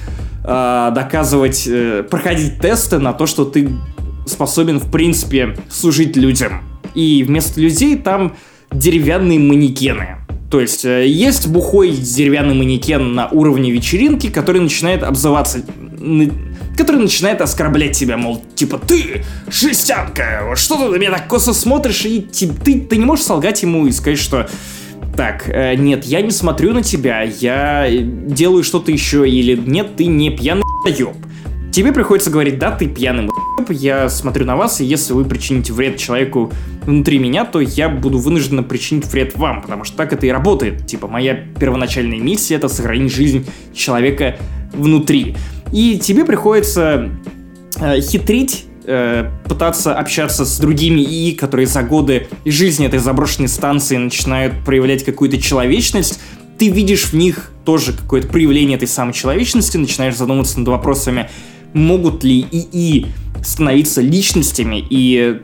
S1: э, доказывать, э, проходить тесты на то, что ты способен в принципе служить людям. И вместо людей там деревянные манекены. То есть э, есть бухой деревянный манекен на уровне вечеринки, который начинает обзываться, на, который начинает оскорблять тебя, мол, типа, ты, жестянка, что ты на меня так косо смотришь, и ты, ты, ты не можешь солгать ему и сказать, что так, э, нет, я не смотрю на тебя, я делаю что-то еще, или нет, ты не пьяный еб. Тебе приходится говорить: да, ты пьяный еб, я смотрю на вас, и если вы причините вред человеку внутри меня, то я буду вынужден причинить вред вам, потому что так это и работает. Типа, моя первоначальная миссия — это сохранить жизнь человека внутри. И тебе приходится э, хитрить, э, пытаться общаться с другими ИИ, которые за годы жизни этой заброшенной станции начинают проявлять какую-то человечность. Ты видишь в них тоже какое-то проявление этой самой человечности, начинаешь задумываться над вопросами, могут ли ИИ становиться личностями, и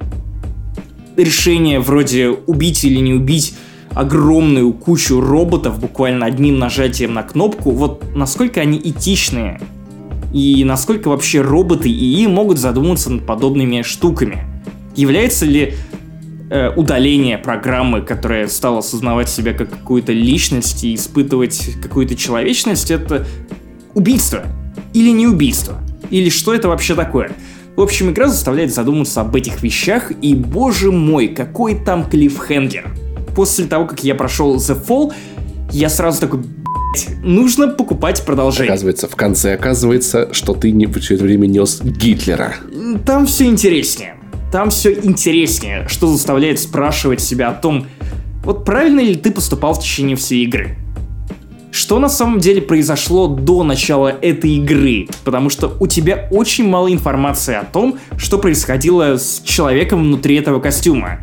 S1: решение вроде убить или не убить огромную кучу роботов буквально одним нажатием на кнопку, вот насколько они этичные, и насколько вообще роботы и ИИ могут задуматься над подобными штуками. Является ли э, удаление программы, которая стала осознавать себя как какую-то личность и испытывать какую-то человечность, это убийство или не убийство? Или что это вообще такое? В общем, игра заставляет задуматься об этих вещах, и, боже мой, какой там клиффхенгер. После того, как я прошел The Fall, я сразу такой: нужно покупать продолжение.
S2: Оказывается, в конце оказывается, что ты не, все это время нес Гитлера.
S1: Там все интереснее. там все интереснее, что заставляет спрашивать себя о том, вот правильно ли ты поступал в течение всей игры. Что на самом деле произошло до начала этой игры, потому что у тебя очень мало информации о том, что происходило с человеком внутри этого костюма.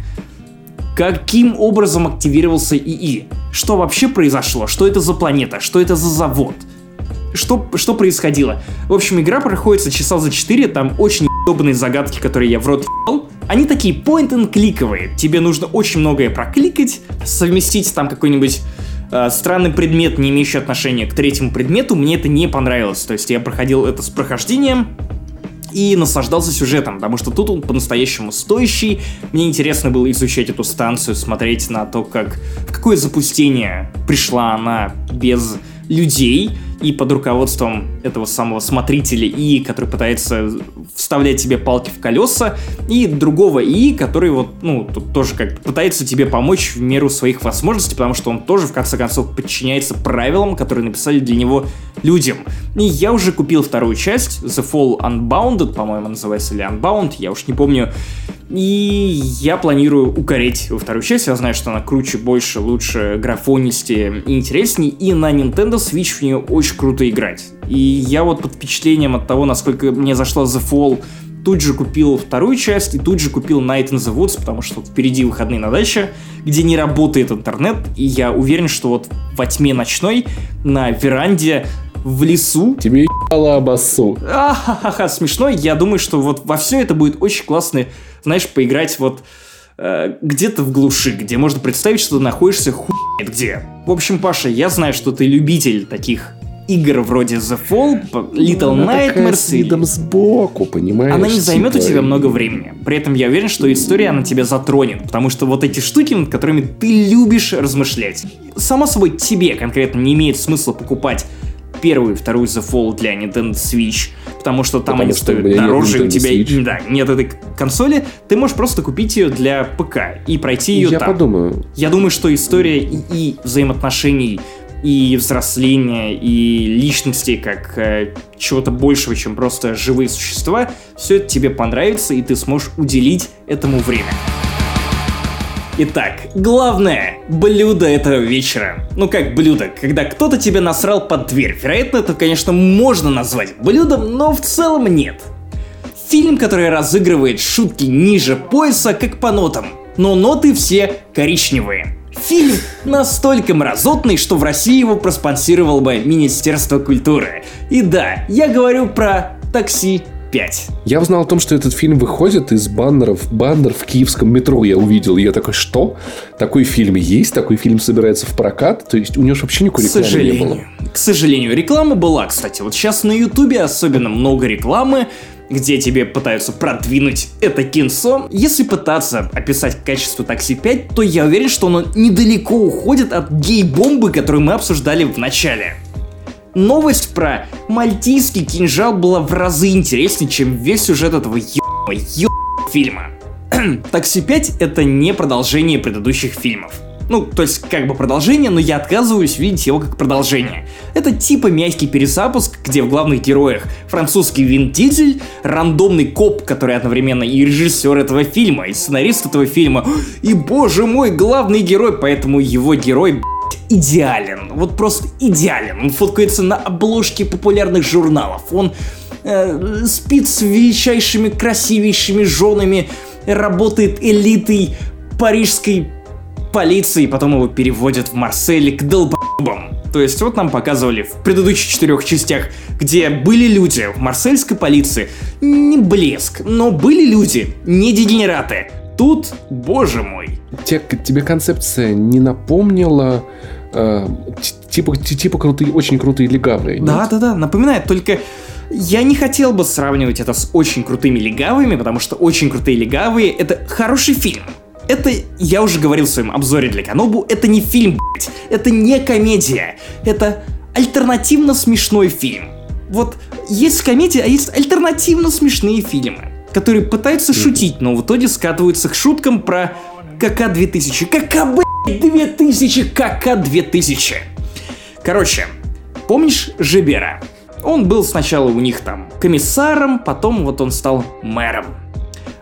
S1: Каким образом активировался ИИ? Что вообще произошло? Что это за планета? Что это за завод? Что, что происходило? В общем, игра проходится часа за четыре, там очень ебаные загадки, которые я в рот ебал. Они такие point-and-кликовые. Тебе нужно очень многое прокликать, совместить там какой-нибудь э, странный предмет, не имеющий отношения к третьему предмету. Мне это не понравилось. То есть я проходил это с прохождением и наслаждался сюжетом, потому что тут он по-настоящему стоящий. Мне интересно было изучать эту станцию, смотреть на то, как в какое запустение пришла она без людей и под руководством этого самого смотрителя ИИ, который пытается вставлять тебе палки в колеса, и другого ИИ, который вот, ну, тут тоже как пытается тебе помочь в меру своих возможностей, потому что он тоже, в конце концов, подчиняется правилам, которые написали для него людям. И я уже купил вторую часть, The Fall Unbounded, по-моему, называется, или Unbound, я уж не помню, и я планирую укореть во вторую часть. Я знаю, что она круче, больше, лучше, графонистее и интереснее, и на Nintendo Switch в нее очень круто играть. И я вот под впечатлением от того, насколько мне зашла The Fall, тут же купил вторую часть и тут же купил Night in the Woods, потому что впереди выходные на даче, где не работает интернет, и я уверен, что вот во тьме ночной на веранде в лесу.
S2: Тебе ебало обоссу.
S1: Ахахаха, смешно. Я думаю, что вот во все это будет очень классно, знаешь, поиграть вот э, где-то в глуши, где можно представить, что ты находишься хуй где. В общем, Паша, я знаю, что ты любитель таких игр вроде The Fall, Little
S2: Она
S1: Nightmares.
S2: с видом сбоку, понимаешь?
S1: Она не займет
S2: типа...
S1: у тебя много времени. При этом я уверен, что история она тебя затронет, потому что вот эти штуки, над которыми ты любишь размышлять. Само собой, тебе конкретно не имеет смысла покупать первую и вторую The Fall для Nintendo Switch, потому что там
S2: потому
S1: они
S2: что
S1: стоят дороже, у тебя Switch. Да, нет этой консоли, ты можешь просто купить ее для ПК и пройти ее
S2: Я
S1: там. Я
S2: подумаю.
S1: Я думаю, что история и, и взаимоотношений, и взросления, и личности, как э, чего-то большего, чем просто живые существа, все это тебе понравится, и ты сможешь уделить этому время. Итак, главное блюдо этого вечера. Ну как блюдо, когда кто-то тебе насрал под дверь. Вероятно, это, конечно, можно назвать блюдом, но в целом нет. Фильм, который разыгрывает шутки ниже пояса, как по нотам. Но ноты все коричневые. Фильм настолько мразотный, что в России его проспонсировал бы Министерство культуры. И да, я говорю про «Такси пять».
S2: Я узнал о том, что этот фильм выходит из баннеров, баннер в киевском метро я увидел. И я такой, что? Такой фильм есть? Такой фильм собирается в прокат? То есть у него же вообще никакой рекламы не было.
S1: К сожалению, реклама была, кстати. Вот сейчас на Ютубе особенно много рекламы, где тебе пытаются продвинуть это кинцо. Если пытаться описать качество «Такси пять», то я уверен, что оно недалеко уходит от гей-бомбы, которую мы обсуждали в начале. Новость про мальтийский кинжал была в разы интереснее, чем весь сюжет этого ебаного ебаного фильма. «Такси пять» — это не продолжение предыдущих фильмов. Ну, то есть, как бы продолжение, но я отказываюсь видеть его как продолжение. Это типа мягкий перезапуск, где в главных героях французский Вин Дизель, рандомный коп, который одновременно и режиссер этого фильма, и сценарист этого фильма, и, боже мой, главный герой, поэтому его герой, блядь, идеален. Вот просто идеален. Он фоткается на обложке популярных журналов. Он э, спит с величайшими, красивейшими женами, работает элитой парижской полиции, потом его переводят в Марсель к долбоебам. То есть вот нам показывали в предыдущих четырех частях, где были люди в марсельской полиции, не блеск, но были люди, не дегенераты. Тут, боже мой.
S2: Те, тебе концепция не напомнила э, типа, типа крутые, очень крутые легавые?
S1: Да-да-да, напоминает, только я не хотел бы сравнивать это с очень крутыми легавыми, потому что очень крутые легавые — это хороший фильм. Это, я уже говорил в своем обзоре для Канобу, это не фильм, блять, это не комедия, это альтернативно смешной фильм. Вот есть комедия, а есть альтернативно смешные фильмы, которые пытаются шутить, но в итоге скатываются к шуткам про КК две тысячи. КК, блять, две тысячи, КК две тысячи. Короче, помнишь Жибера? Он был сначала у них там комиссаром, потом вот он стал мэром.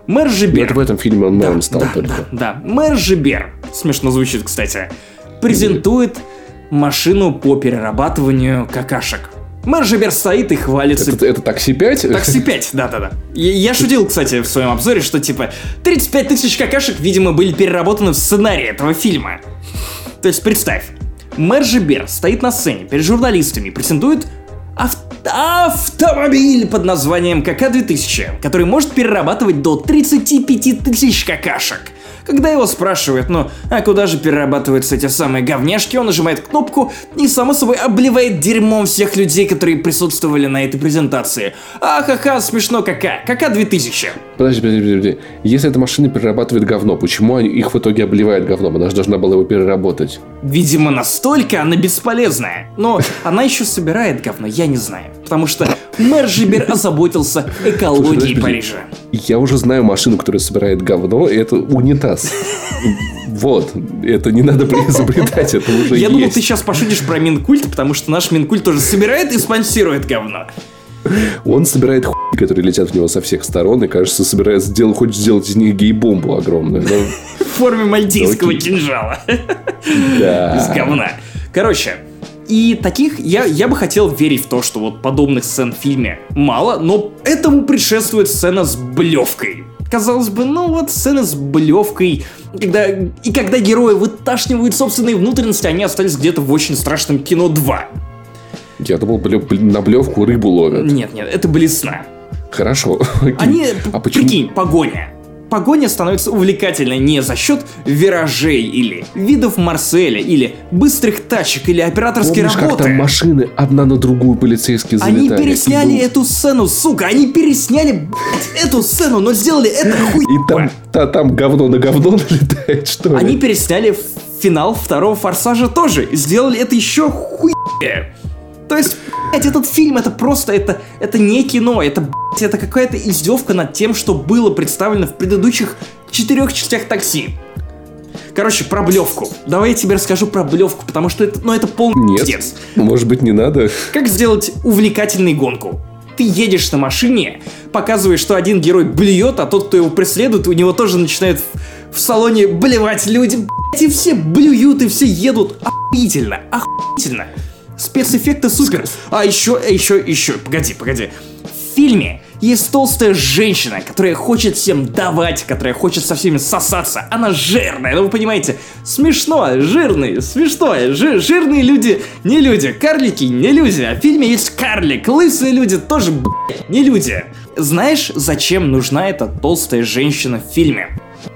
S1: Мэр Жибер.
S2: Это в этом фильме он мэром
S1: да,
S2: стал
S1: да,
S2: только.
S1: Да, да. Мэр Жибер, смешно звучит, кстати, презентует машину по перерабатыванию какашек. Мэр Жибер стоит и хвалится.
S2: Это, это такси пять?
S1: такси пять, да-да-да. Я, я шутил, кстати, в своем обзоре, что типа тридцать пять тысяч какашек, видимо, были переработаны в сценарии этого фильма. То есть представь, мэр Жибер стоит на сцене перед журналистами, презентует ав- автомобиль под названием ка ка две тысячи, который может перерабатывать до тридцать пять тысяч какашек. Когда его спрашивают, ну, а куда же перерабатываются эти самые говняшки, он нажимает кнопку и, само собой, обливает дерьмом всех людей, которые присутствовали на этой презентации. А-ха-ха, смешно ка-ка, ка ка две тысячи.
S2: Подожди, подожди, подожди. Если эта машина перерабатывает говно, почему они, их в итоге обливают говном? Она же должна была его переработать.
S1: Видимо, настолько она бесполезная. Но она еще собирает говно, я не знаю. Потому что мэр Жибер озаботился экологией Парижа.
S2: Я уже знаю машину, которая собирает говно, и это унитаз. Вот, это не надо изобретать, это уже есть.
S1: Я думал, ты сейчас пошутишь про Минкульт, потому что наш Минкульт тоже собирает и спонсирует говно.
S2: Он собирает хуй, которые летят в него со всех сторон, и, кажется, собирается сделать, хочет сделать из них гей-бомбу огромную. Но...
S1: В форме мальтийского кинжала.
S2: Да.
S1: Из говна. Короче, и таких я, я бы хотел верить в то, что вот подобных сцен в фильме мало, но этому предшествует сцена с блевкой. Казалось бы, ну вот сцена с блевкой, когда, и когда герои выташнивают собственные внутренности, они остались где-то в очень страшном кино два.
S2: Я думал, на блевку рыбу ловят.
S1: Нет, нет, это блесна.
S2: Хорошо.
S1: Они,
S2: а почему?
S1: Прикинь, погоня. Погоня становится увлекательной не за счет виражей или видов Марселя, или быстрых тачек, или операторской
S2: Помнишь,
S1: работы.
S2: как там машины одна на другую полицейские залетали?
S1: Они пересняли
S2: был...
S1: эту сцену, сука, они пересняли, блядь, эту сцену, но сделали это хуй.
S2: И там, та, там говно на говно налетает, что ли?
S1: Они пересняли финал второго Форсажа тоже, сделали это еще хуйнее. То есть, блядь, этот фильм, это просто, это, это не кино, это, блядь, это какая-то издевка над тем, что было представлено в предыдущих четырех частях «Такси». Короче, про блевку. Давай я тебе расскажу про блевку, потому что это, ну, это полный пиздец.
S2: Нет, может быть, не надо.
S1: Как сделать увлекательную гонку? Ты едешь на машине, показываешь, что один герой блюет, а тот, кто его преследует, у него тоже начинает в, в салоне блевать люди, блядь, и все блюют, и все едут. Охуительно, охуительно. Спецэффекты супер. А еще, еще, еще, погоди, погоди. В фильме есть толстая женщина, которая хочет всем давать, которая хочет со всеми сосаться. Она жирная, ну вы понимаете. Смешно, жирные, смешно. Жи- жирные люди не люди, карлики не люди. А в фильме есть карлик, лысые люди тоже, блядь, не люди. Знаешь, зачем нужна эта толстая женщина в фильме?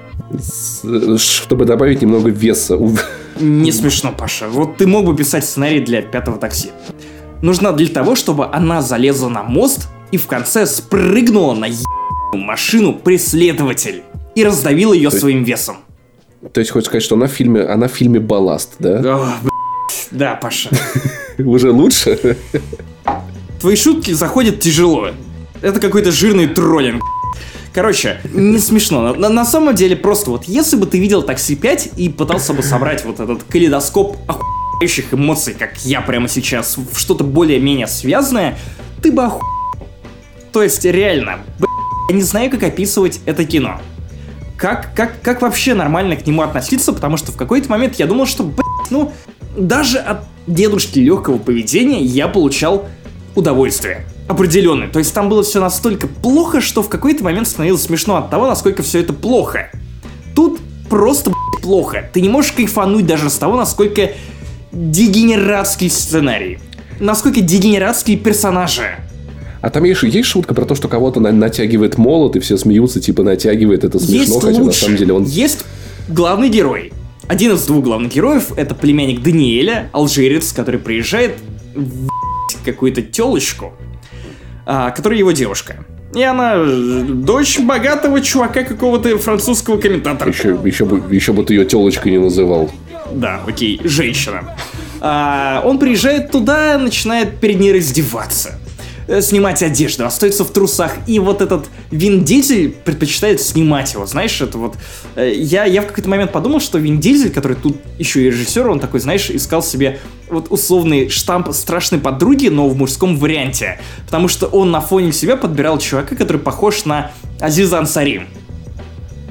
S2: Чтобы добавить немного веса.
S1: Не смешно, Паша. Вот ты мог бы писать сценарий для «Пятого такси». Нужна для того, чтобы она залезла на мост и в конце спрыгнула на ебаную машину преследователь и раздавила ее
S2: то
S1: своим весом.
S2: То есть, хочешь сказать, что она в фильме, она в фильме «Балласт», да?
S1: О, блядь, да, Паша.
S2: Уже лучше?
S1: Твои шутки заходят тяжело. Это какой-то жирный троллинг. Короче, не смешно. На, на самом деле, просто вот если бы ты видел «Такси пять» и пытался бы собрать вот этот калейдоскоп охуевающих эмоций, как я прямо сейчас, в что-то более-менее связанное, ты бы охуел. То есть, реально, блядь, я не знаю, как описывать это кино. Как, как, как вообще нормально к нему относиться, потому что в какой-то момент я думал, что, блядь, ну, даже от дедушки легкого поведения я получал удовольствие. Определенный. То есть там было все настолько плохо, что в какой-то момент становилось смешно от того, насколько все это плохо. Тут просто, блядь, плохо. Ты не можешь кайфануть даже с того, насколько дегенератский сценарий. Насколько дегенератские персонажи.
S2: А там есть, есть шутка про то, что кого-то на- натягивает молот, и все смеются, типа натягивает, это смешно,
S1: Есть
S2: хотя
S1: лучше.
S2: на самом деле он...
S1: Есть главный герой. Один из двух главных героев — это племянник Даниэля, алжирец, который приезжает в какую-то телочку, а, которая его девушка. И она дочь богатого чувака какого-то французского комментатора.
S2: Еще, еще, бы, еще бы ты ее телочкой не называл.
S1: Да, окей, женщина. А, он приезжает туда, начинает перед ней раздеваться, снимать одежду, остается в трусах. И вот этот Вин Дизель предпочитает снимать его. Знаешь, это вот... Я, я в какой-то момент подумал, что Вин Дизель, который тут еще и режиссер, он такой, знаешь, искал себе вот условный штамп страшной подруги, но в мужском варианте. Потому что он на фоне себя подбирал чувака, который похож на Азиза Ансари.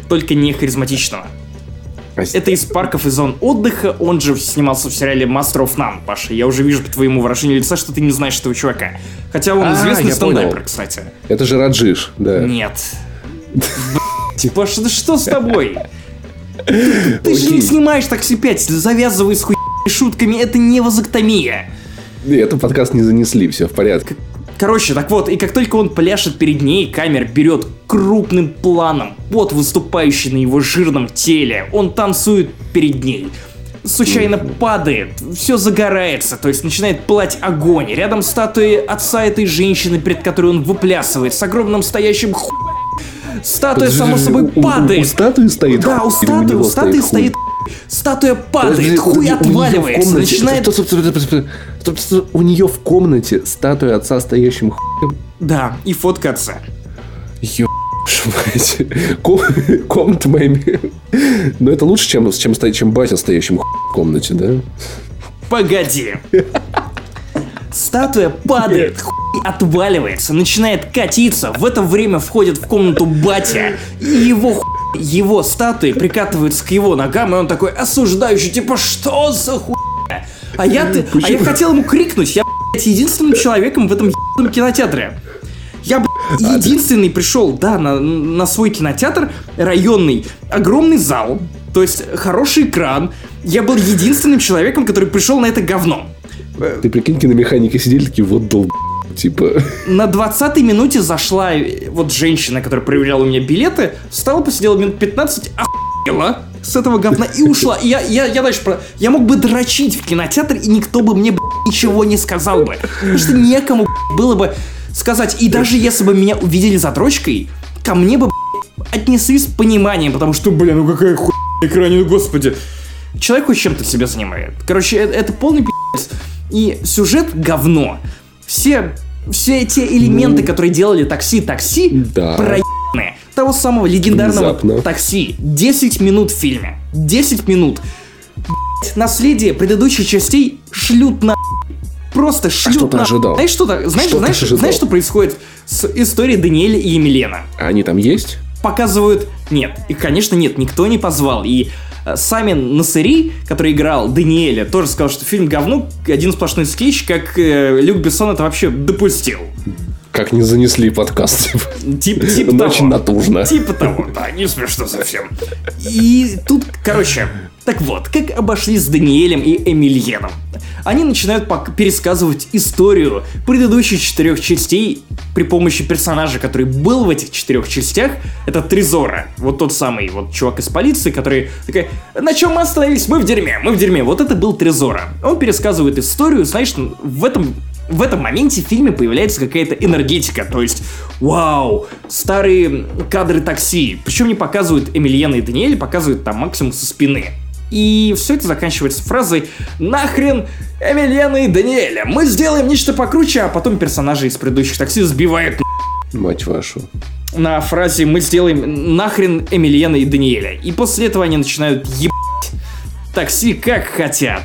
S1: только не харизматичного. Это из парков и зон отдыха, он же снимался в сериале Master of None, Паша. Я уже вижу по твоему выражению лица, что ты не знаешь этого чувака. Хотя он известный стендапер, кстати.
S2: Это же Раджиш, да.
S1: Нет. Паша, да что с тобой? Ты же не снимаешь такси пять, завязывай с хуйными шутками, это не вазоктомия.
S2: Этот подкаст не занесли, все в порядке.
S1: Короче, так вот, и как только он пляшет перед ней, камера берет крупным планом пот, выступающий на его жирном теле. Он танцует перед ней. Случайно падает, все загорается, то есть начинает пылать огонь. Рядом статуя отца этой женщины, перед которой он выплясывает, с огромным стоящим ху... Статуя, само собой, падает.
S2: У, у статуи стоит
S1: Да, у статуи, у статуи стоит статуя падает, хуй отваливается, начинает...
S2: У нее в комнате статуя отца стоящим хуем.
S1: Да, и фотка отца.
S2: Ё... Комната моими. Но это лучше, чем, чем, чем батя стоящим хуем в комнате, да?
S1: Погоди. Статуя падает, хуй отваливается, начинает катиться. В это время входит в комнату батя, и его хуй, его статуи прикатываются к его ногам, и он такой осуждающий, типа, что за хуйня? А я, ты, а я хотел ему крикнуть, я, блядь, единственным человеком в этом ебаном кинотеатре. Я, блядь, единственный пришел, да, на, на свой кинотеатр районный, огромный зал, то есть хороший экран. Я был единственным человеком, который пришел на это говно.
S2: Ты прикинь, киномеханики сидели такие, вот долб... Типа...
S1: На двадцатой минуте зашла вот женщина, которая проверяла у меня билеты, встала, посидела минут пятнадцать, охуела с этого говна и ушла. И я, я, я дальше про... Я мог бы дрочить в кинотеатр, и никто бы мне, блядь, ничего не сказал бы. Потому что некому, блядь, было бы сказать. И даже если бы меня увидели за дрочкой, ко мне бы, блядь, отнеслись с пониманием, потому что, блин, ну какая хуйня на экране, ну господи. Человек хоть чем-то себя занимает. Короче, это, это полный пи***ц. И сюжет говно. Все, все те элементы, ну, которые делали такси-такси,
S2: да,
S1: проебанные. Того самого легендарного
S2: внезапно
S1: такси. десять минут в фильме. десять минут. Б***ь, наследие предыдущих частей шлют на... Просто шлют
S2: а что ты
S1: на...
S2: ожидал?
S1: Знаешь, что, знаешь,
S2: что,
S1: знаешь, знаешь, что происходит с историей Даниэля и Эмилена?
S2: А они там есть?
S1: Показывают... Нет. Их, конечно, нет. Никто не позвал. И Самин Насыри, который играл Даниэля, тоже сказал, что фильм говно, один сплошной скетч, как э, Люк Бессон это вообще допустил.
S2: Как не занесли подкаст.
S1: Тип, типа того.
S2: Очень натужно.
S1: Типа того, да, не смешно совсем. И тут, короче, так вот, как обошлись с Даниэлем и Эмильеном. Они начинают пересказывать историю предыдущих четырех частей при помощи персонажа, который был в этих четырех частях. Это Трезора, вот тот самый вот чувак из полиции, который такой: на чем мы остановились? Мы в дерьме, мы в дерьме. Вот это был Трезора. Он пересказывает историю, знаешь, в этом... В этом моменте в фильме появляется какая-то энергетика, то есть, вау, старые кадры такси. Причем не показывают Эмильена и Даниэля, показывают там максимум со спины. И все это заканчивается фразой: нахрен Эмильена и Даниэля, мы сделаем нечто покруче, а потом персонажи из предыдущих такси сбивают
S2: мать вашу
S1: на фразе: мы сделаем нахрен Эмильена и Даниэля. И после этого они начинают ебать такси как хотят.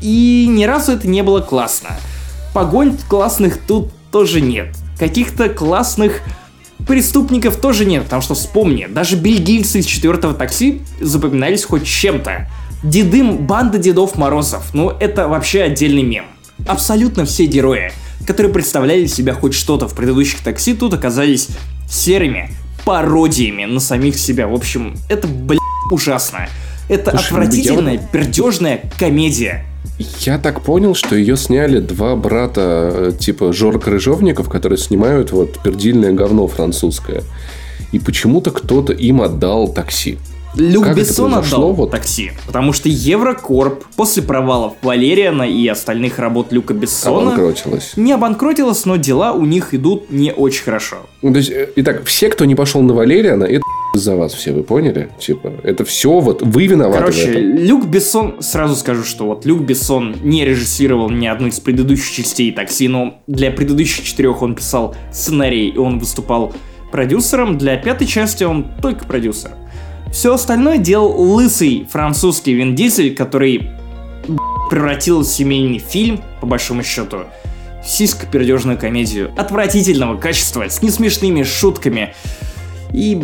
S1: И ни разу это не было классно. Погонь классных тут тоже нет. Каких-то классных преступников тоже нет, потому что вспомни, даже бельгийцы из четвертого такси запоминались хоть чем-то. Дедым, банда Дедов Морозов, ну это вообще отдельный мем. Абсолютно все герои, которые представляли себя хоть что-то в предыдущих такси, тут оказались серыми пародиями на самих себя. В общем, это, блядь, ужасно. Это Слушай, отвратительная, я... пердежная комедия.
S2: Я так понял, что ее сняли два брата, типа Жор Крыжовников, которые снимают вот пердильное говно французское. И почему-то кто-то им отдал такси.
S1: Люк как Бессон отдал вот? такси, потому что Еврокорп после провалов Валериана и остальных работ Люка Бессона
S2: обанкротилась.
S1: Не обанкротилась, но дела у них идут не очень хорошо.
S2: То есть, итак, все, кто не пошел на Валериана, это из-за вас все, вы поняли? Типа, это все вот вы виноваты.
S1: Короче,
S2: в этом.
S1: Люк Бессон, сразу скажу, что вот Люк Бессон не режиссировал ни одну из предыдущих частей такси, но для предыдущих четырех он писал сценарий, и он выступал продюсером. Для пятой части он только продюсер. Все остальное делал лысый французский Вин Дизель, который превратил семейный фильм, по большому счету, в сисько-пердежную комедию отвратительного качества, с несмешными шутками. И, блядь,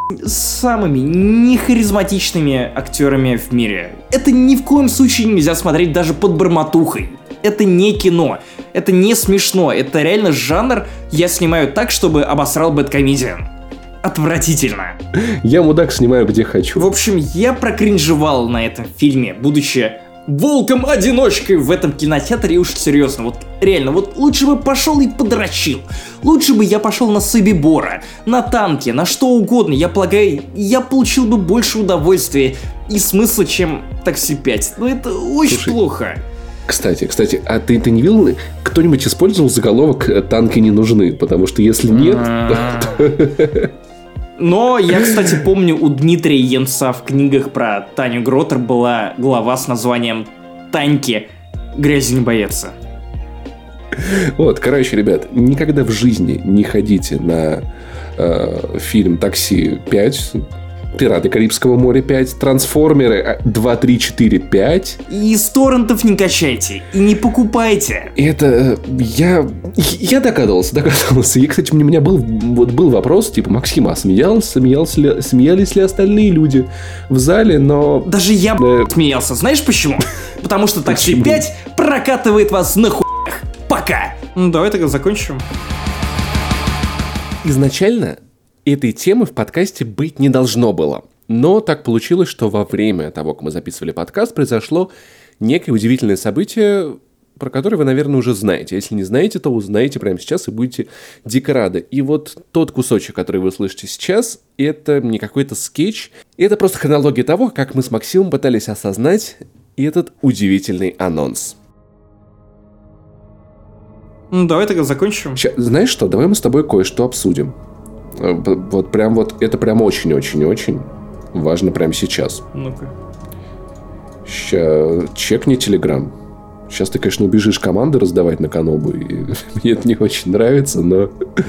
S1: с самыми нехаризматичными актерами в мире. Это ни в коем случае нельзя смотреть даже под бормотухой. Это не кино, это не смешно, это реально жанр я снимаю так, чтобы обосрал бэдкомедиан. Отвратительно.
S2: Я, мудак, снимаю где хочу.
S1: В общем, я прокринжевал на этом фильме, будучи волком-одиночкой в этом кинотеатре, и уж серьезно, вот реально, вот лучше бы пошел и подрочил. Лучше бы я пошел на Собибора, на танки, на что угодно. Я полагаю, я получил бы больше удовольствия и смысла, чем Такси пять. Но это очень Слушай, плохо.
S2: Кстати, кстати, а ты, ты не видел, кто-нибудь использовал заголовок «Танки не нужны»? Потому что если нет...
S1: Но я, кстати, помню, у Дмитрия Янца в книгах про Таню Гротер была глава с названием «Таньки грязи не боятся».
S2: Вот, короче, ребят, никогда в жизни не ходите на э, фильм «Такси пять», «Пираты Карибского моря пять», «Трансформеры два, три, четыре, пять».
S1: И из торрентов не качайте, и не покупайте.
S2: Это... Я... Я догадывался, догадывался. И, кстати, у меня был, вот был вопрос, типа, Максим, а смеялся, смеялся ли, смеялись ли остальные люди в зале, но...
S1: Даже я, э... смеялся. Знаешь почему? Потому что «Такси пять» прокатывает вас на хуях. Пока! Ну, давай тогда закончим.
S2: Изначально... Этой темы в подкасте быть не должно было. Но так получилось, что во время того, как мы записывали подкаст, произошло некое удивительное событие, про которое вы, наверное, уже знаете. Если не знаете, то узнаете прямо сейчас и будете дико рады. И вот тот кусочек, который вы слышите сейчас, это не какой-то скетч. Это просто хронология того, как мы с Максимом пытались осознать этот удивительный анонс.
S1: Ну, давай тогда закончим.
S2: Ща, знаешь что, давай мы с тобой кое-что обсудим. Вот прям вот, это прям очень-очень-очень важно прямо сейчас.
S1: Ну-ка.
S2: Ща, чекни Телеграм. Сейчас ты, конечно, убежишь команды раздавать на Канобу, и мне это не очень нравится, но...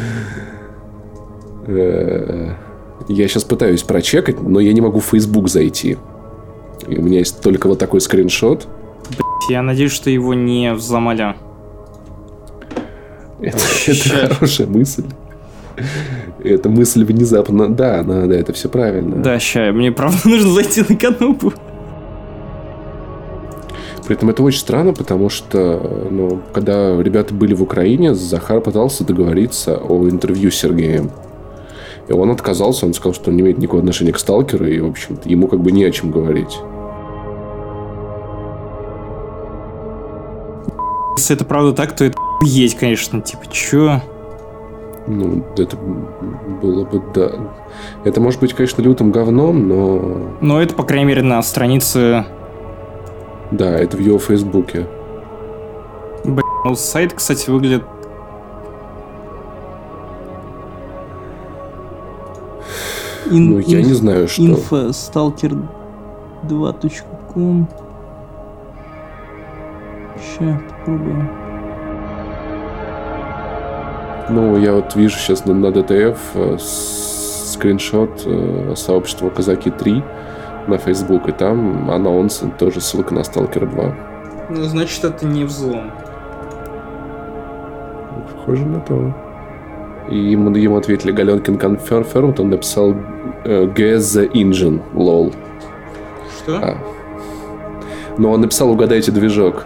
S2: Я сейчас пытаюсь прочекать, но я не могу в Facebook зайти. И у меня есть только вот такой скриншот.
S1: Блять, я надеюсь, что его не взломали.
S2: Это, это хорошая мысль. Эта мысль внезапно... Да, она, да, это все правильно.
S1: Да, ща, мне правда нужно зайти на Канобу.
S2: При этом это очень странно, потому что, ну, когда ребята были в Украине, Захар пытался договориться о интервью с Сергеем. И он отказался, он сказал, что он не имеет никакого отношения к сталкеру, и, в общем-то, ему как бы не о чем говорить.
S1: Если это правда так, то это есть, конечно. Типа, чё?
S2: Ну, это было бы, да. Это может быть, конечно, лютым говном, но...
S1: Но это, по крайней мере, на странице...
S2: Да, это в его фейсбуке.
S1: Блин, ну сайт, кстати, выглядит...
S2: Ин, ну, я инф, не знаю, что...
S1: Инфо сталкер два точка ком. Сейчас попробуем.
S2: Ну, я вот вижу сейчас на, на ди ти эф э, скриншот э, сообщества Казаки три на Facebook, и там анонс, тоже ссылка на Сталкер два.
S1: Ну, значит, это не взлом.
S2: Похоже на то. И ему, ему ответили Галенкин confirmed, он написал э, Guess the engine, лол.
S1: Что? А.
S2: Но он написал угадайте движок.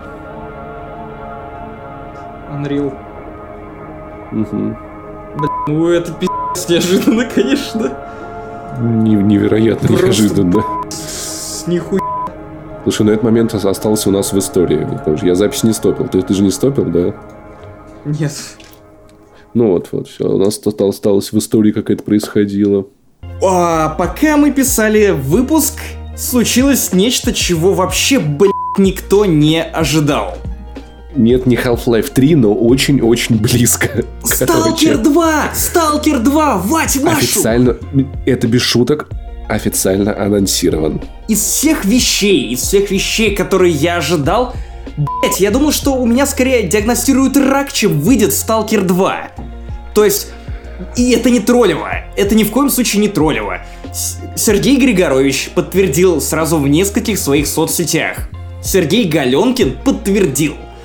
S1: Unreal.
S2: Угу.
S1: Блин, ну это пиздец неожиданно, конечно.
S2: Не, невероятно просто неожиданно.
S1: С нихуя.
S2: Слушай, на этот момент остался у нас в истории. Потому что я запись не стопил. Ты, ты же не стопил, да?
S1: Нет.
S2: Ну вот, вот, все. У нас тут осталось в истории, как это происходило.
S1: А пока мы писали выпуск, случилось нечто, чего вообще, блядь, никто не ожидал.
S2: Нет, не Half-Life три, но очень-очень близко.
S1: Сталкер два! Сталкер два! Вать вашу!
S2: Официально, это без шуток, официально анонсирован.
S1: Из всех вещей, из всех вещей, которые я ожидал, блять, я думал, что у меня скорее диагностируют рак, чем выйдет Сталкер два. То есть, и это не троллево, это ни в коем случае не троллево. С- Сергей Григорович подтвердил сразу в нескольких своих соцсетях. Сергей Галенкин подтвердил.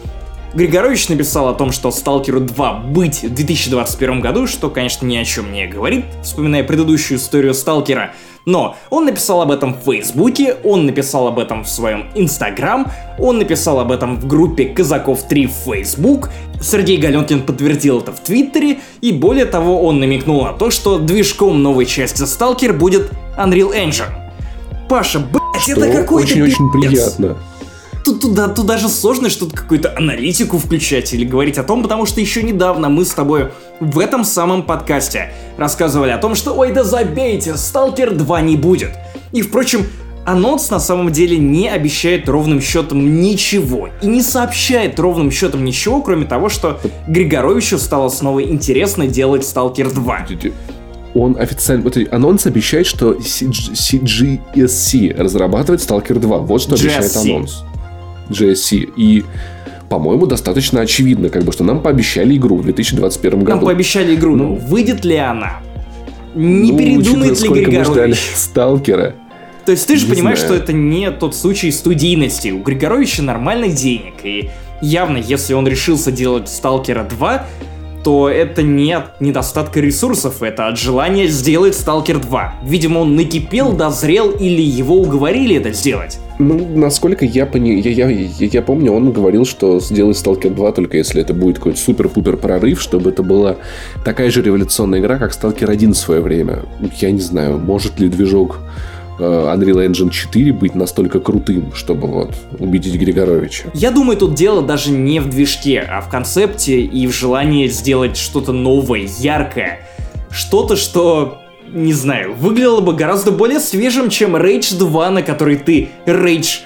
S1: Григорович написал о том, что Сталкеру два быть в две тысячи двадцать первом году, что, конечно, ни о чем не говорит, вспоминая предыдущую историю Сталкера. Но он написал об этом в Фейсбуке, он написал об этом в своем Инстаграм, он написал об этом в группе Казаков три в Фейсбук, Сергей Галенкин подтвердил это в Твиттере, и более того, он намекнул на то, что движком новой части Сталкер будет Unreal Engine. Паша, блять, это какой-то
S2: очень-очень приятно.
S1: Тут, туда, тут даже сложно что-то какую-то аналитику включать или говорить о том, потому что еще недавно мы с тобой в этом самом подкасте рассказывали о том, что ой, да забейте, Сталкер два не будет. И, впрочем, анонс на самом деле не обещает ровным счетом ничего и не сообщает ровным счетом ничего, кроме того, что Григоровичу стало снова интересно делать Сталкер два.
S2: Он официально... Вот анонс обещает, что си джи эс си разрабатывает Сталкер два. Вот что обещает анонс. джи эс си. И, по-моему, достаточно очевидно, как бы, что нам пообещали игру в две тысячи двадцать первом году.
S1: Нам пообещали игру, ну, но выйдет ли она? Не
S2: ну,
S1: передумает ли Григорович?
S2: Сталкера.
S1: То есть ты же
S2: не
S1: понимаешь,
S2: знаю.
S1: что это не тот случай студийности. У Григоровича нормальных денег. И явно, если он решился делать Сталкера два, то это не от недостатка ресурсов, это от желания сделать Сталкер два. Видимо, он накипел, дозрел или его уговорили это сделать.
S2: Ну, насколько я, пони... я, я, я, я помню, он говорил, что сделает Сталкер два только если это будет какой-то супер-пупер прорыв, чтобы это была такая же революционная игра, как Сталкер один в свое время. Я не знаю, может ли движок Unreal Engine четыре быть настолько крутым, чтобы вот убедить Григоровича?
S1: Я думаю, тут дело даже не в движке, а в концепте и в желании сделать что-то новое, яркое. Что-то, что, не знаю, выглядело бы гораздо более свежим, чем Rage два, на который ты Rage...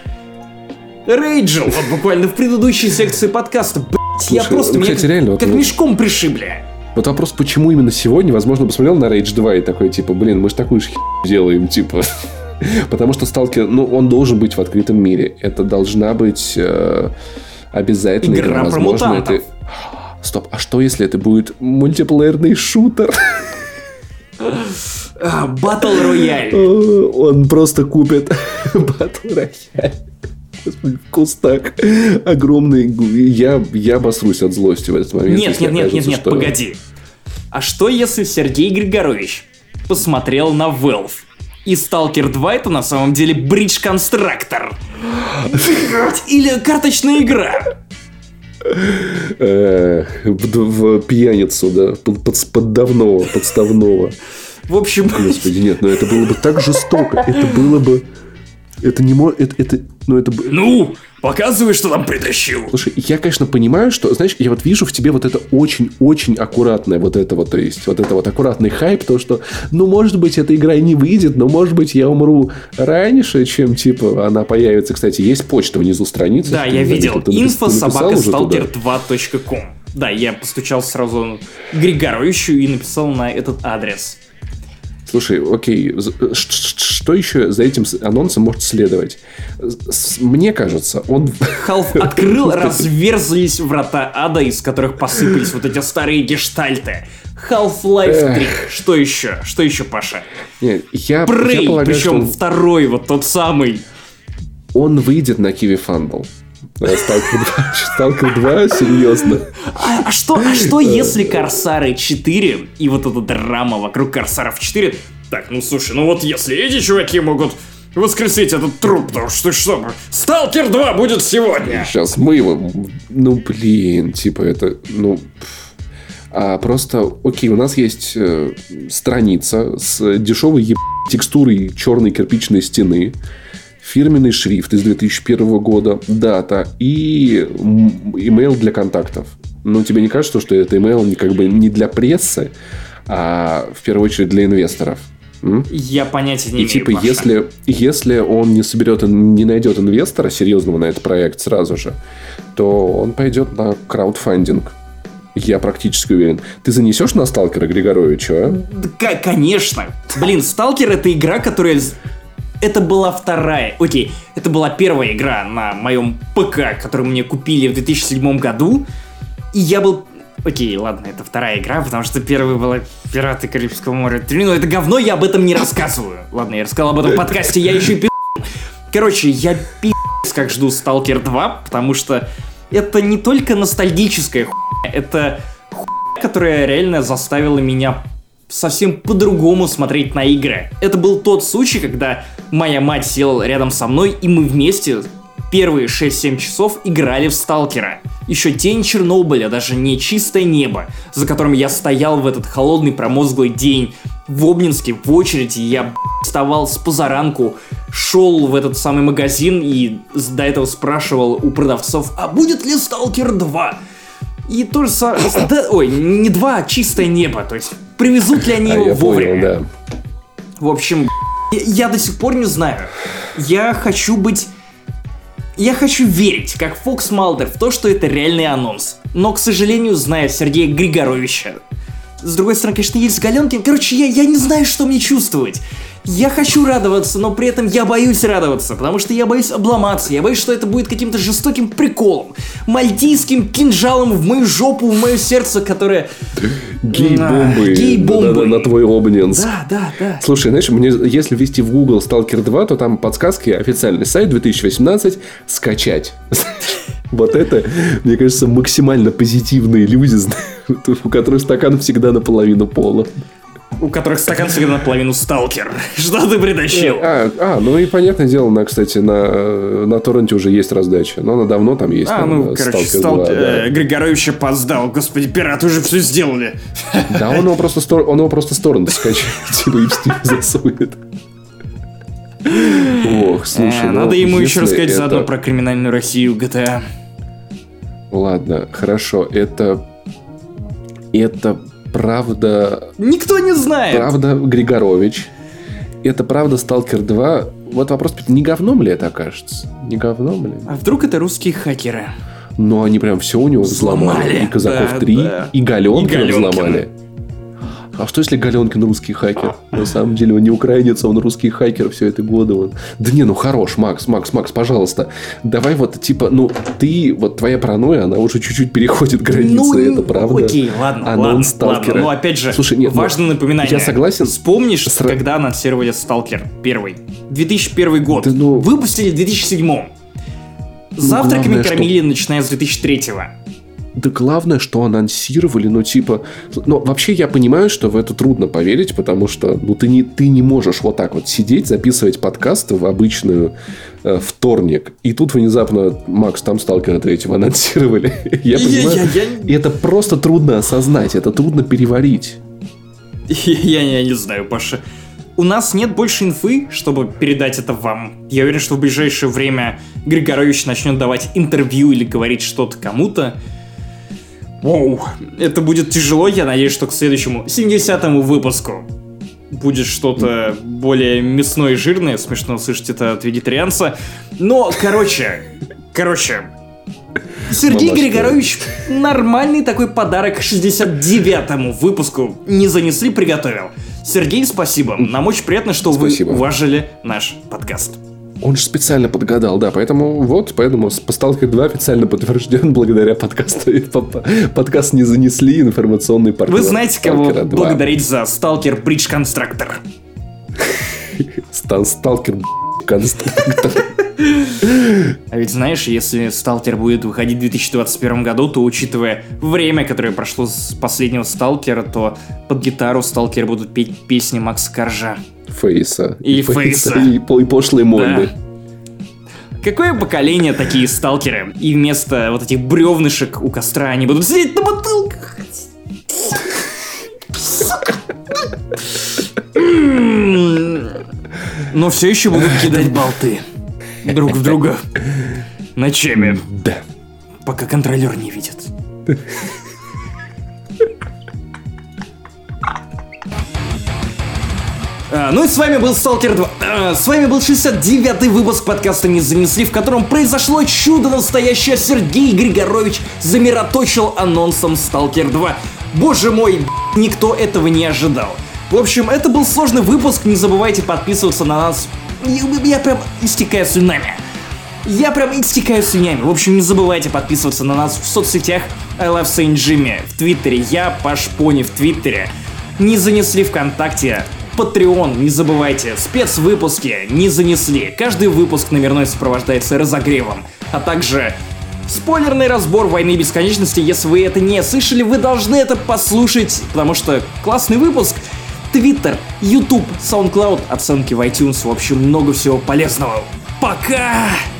S1: Рейджил, вот буквально в предыдущей секции подкаста. Блять, я просто,
S2: ну,
S1: меня
S2: кстати, реально,
S1: как
S2: вот,
S1: мешком пришибли.
S2: Вот вопрос, почему именно сегодня, возможно, посмотрел на Rage два и такой, типа, блин, мы ж такую же херню делаем, типа... Потому что Сталкер, ну, он должен быть в открытом мире. Это должна быть э, обязательно
S1: игра
S2: игра.
S1: про
S2: Возможно,
S1: мутантов.
S2: это... Стоп, а что если это будет мультиплеерный шутер?
S1: Батл Рояль.
S2: Он просто купит Батл Рояль. Господи, в кустах огромный. Я, я обосрусь от злости в этот момент.
S1: Нет, нет, нет, нет, нет, что... погоди. А что если Сергей Григорович посмотрел на Valve? И Сталкер два это на самом деле Bridge Constructor. Или карточная игра.
S2: В пьяницу, да, поддавного, подставного.
S1: В общем...
S2: Господи, нет, но это было бы так жестоко. Это было бы... Это не может... Это, это, ну, это...
S1: ну, показывай, что там притащил.
S2: Слушай, я, конечно, понимаю, что, знаешь, я вот вижу в тебе вот это очень-очень аккуратное вот это вот, то есть, вот это вот аккуратный хайп, то, что, ну, может быть, эта игра и не выйдет, но, может быть, я умру раньше, чем, типа, она появится. Кстати, есть почта внизу страницы.
S1: Да, я видел. инфо собака сталкер два точка ком. Да, я постучал сразу к Григоровичу и написал на этот адрес.
S2: Слушай, окей, что еще за этим анонсом может следовать? Мне кажется, он...
S1: Half открыл, разверзлись врата ада, из которых посыпались вот эти старые гештальты. Half-Life три. Что еще? Что еще, Паша?
S2: Нет, я,
S1: Prey,
S2: я полагаю,
S1: причем
S2: он...
S1: второй, вот тот самый.
S2: Он выйдет на Kiwi Fumble. Сталкер два, серьезно.
S1: А, а что, а что если Корсары четыре и вот эта драма вокруг Корсаров четыре... Так, ну слушай, ну вот если эти чуваки могут воскресить этот труп, то что, что, Сталкер два будет сегодня.
S2: Сейчас мы его... Ну, блин, типа это... Ну... А просто, окей, у нас есть э, страница с дешевой еб... текстурой черной кирпичной стены, фирменный шрифт из две тысячи первого года, дата и имейл для контактов. Но тебе не кажется, что это имейл как бы не для прессы, а в первую очередь для инвесторов? М?
S1: Я понятия не
S2: и
S1: имею,
S2: типа,
S1: Паша.
S2: если, если он не соберет, не найдет инвестора серьезного на этот проект сразу же, то он пойдет на краудфандинг. Я практически уверен. Ты занесешь на Сталкера Григоровича, а?
S1: Да, конечно. Блин, Сталкер — это игра, которая... Это была вторая, окей, это была первая игра на моем ПК, которую мне купили в две тысячи седьмом году, и я был... Окей, ладно, это вторая игра, потому что первая была «Пираты Карибского моря три», но это говно, я об этом не рассказываю. Ладно, я рассказал об этом в подкасте, я еще и пи***. Короче, я пи***, как жду Сталкер два, потому что это не только ностальгическая хуйня, это хуйня, которая реально заставила меня совсем по-другому смотреть на игры. Это был тот случай, когда моя мать села рядом со мной, и мы вместе первые шесть-семь часов играли в Сталкера. Еще тень Чернобыля, даже не чистое небо, за которым я стоял в этот холодный промозглый день в Обнинске в очереди. Я вставал с позаранку, шел в этот самый магазин и до этого спрашивал у продавцов, а будет ли Сталкер два? И то же самое... Да, ой, не два, а чистое небо. То есть, привезут ли они
S2: а,
S1: его вовремя.
S2: Понял, да.
S1: В общем, я, я до сих пор не знаю. Я хочу быть... Я хочу верить, как Фокс Малдер, в то, что это реальный анонс. Но, к сожалению, зная Сергея Григоровича, с другой стороны, конечно, есть Галенкин. Короче, я, я не знаю, что мне чувствовать. Я хочу радоваться, но при этом я боюсь радоваться, потому что я боюсь обломаться, я боюсь, что это будет каким-то жестоким приколом, мальтийским кинжалом в мою жопу, в мое сердце, которое...
S2: Гей-бомбы.
S1: Гей-бомбы.
S2: На, на, на твой Обнинск.
S1: Да, да, да.
S2: Слушай, знаешь, мне, если ввести в Google Сталкер два, то там подсказки, официальный сайт две тысячи восемнадцать, скачать. Вот это, мне кажется, максимально позитивные люди, у которых стакан всегда наполовину полон.
S1: У которых стакан всегда наполовину Сталкер. Что ты притащил?
S2: А, а, ну и понятное дело, на, кстати, на, на торренте уже есть раздача. Но она давно там есть.
S1: А,
S2: там,
S1: ну, короче, Стал... э, Григорович опоздал. Господи, пираты уже все сделали.
S2: Да, он его просто, стор... он его просто с торрента скачает, типа, и в Steam засунет. Ох, слушай,
S1: надо ему еще рассказать заодно про криминальную Россию джи ти эй.
S2: Ладно, хорошо, это... Это... Правда...
S1: Никто не знает.
S2: Правда Григорович. Это правда Сталкер два. Вот вопрос, не говном ли это окажется? Не говном ли?
S1: А вдруг это русские хакеры?
S2: Ну, они прям все у него взломали.
S1: взломали.
S2: И Казаков три,
S1: да, да.
S2: и Галенкина
S1: и
S2: взломали. А что если Галенкин русский хакер? На самом деле он не украинец, он русский хакер все это годы. Он... Да не, ну хорош, Макс, Макс, Макс, пожалуйста. Давай вот, типа, ну, ты, вот твоя паранойя, она уже чуть-чуть переходит границы,
S1: ну,
S2: это правда.
S1: Окей, ладно,
S2: Анонс
S1: ладно,
S2: Сталкера.
S1: ладно. Но опять же,
S2: слушай, нет,
S1: важное
S2: ну,
S1: напоминание.
S2: Я согласен.
S1: Вспомнишь,
S2: С...
S1: когда анонсировали Сталкер первый? две тысячи первый год.
S2: Да, ну...
S1: Выпустили в две тысячи седьмом. Завтраками
S2: главное,
S1: кормили,
S2: что...
S1: начиная с две тысячи третьего.
S2: Да главное, что анонсировали, ну типа... Ну, вообще я понимаю, что в это трудно поверить, потому что ну, ты, не, ты не можешь вот так вот сидеть, записывать подкасты в обычную э, вторник. И тут внезапно, Макс, там Сталкера третьего анонсировали. Я понимаю,
S1: я, я, я...
S2: это просто трудно осознать, это трудно переварить.
S1: Я, я не знаю, Паша. У нас нет больше инфы, чтобы передать это вам. Я уверен, что в ближайшее время Григорович начнет давать интервью или говорить что-то кому-то. Воу, это будет тяжело, я надеюсь, что к следующему семидесятому выпуску будет что-то более мясное и жирное. Смешно слышать это от вегетарианца. Но, короче, короче, Сергей Мамашка. Григорович нормальный такой подарок к шестьдесят девятому выпуску не занесли, приготовил. Сергей, спасибо. Нам очень приятно, что спасибо. Вы уважили наш подкаст.
S2: Он же специально подгадал, да, поэтому вот, поэтому по Сталкер два официально подтвержден благодаря подкасту. Подкаст не занесли, информационный партнер.
S1: Вы знаете, кого благодарить за Сталкер Бридж Конструктор?
S2: Сталкер Конструктор.
S1: А ведь знаешь, если Сталкер будет выходить в две тысячи двадцать первом году, то, учитывая время, которое прошло с последнего Сталкера, то под гитару Сталкер будут петь песни Макса Коржа.
S2: Фейса.
S1: И, и Фейса.
S2: И, и пошлые Молли.
S1: Да. Какое поколение такие сталкеры? И вместо вот этих бревнышек у костра они будут сидеть на бутылках. Но все еще будут кидать болты друг в друга ночами.
S2: Да.
S1: Пока контролер не видит. А, ну и с вами был Сталкер два. А, с вами был шестьдесят девятый выпуск подкаста «Не занесли», в котором произошло чудо настоящее. Сергей Григорович замироточил анонсом Сталкер два. Боже мой, никто этого не ожидал. В общем, это был сложный выпуск. Не забывайте подписываться на нас. Я, я прям истекаю слюнями. Я прям истекаю слюнями. В общем, не забывайте подписываться на нас в соцсетях. I Love Saint Jimmy в Твиттере. Я Паш Пони в Твиттере. Не занесли ВКонтакте. Patreon, не забывайте, спецвыпуски не занесли. Каждый выпуск номерной сопровождается разогревом, а также Спойлерный разбор «Войны бесконечности», если вы это не слышали, вы должны это послушать, потому что классный выпуск. Твиттер, Ютуб, SoundCloud, оценки в iTunes, в общем, много всего полезного. Пока!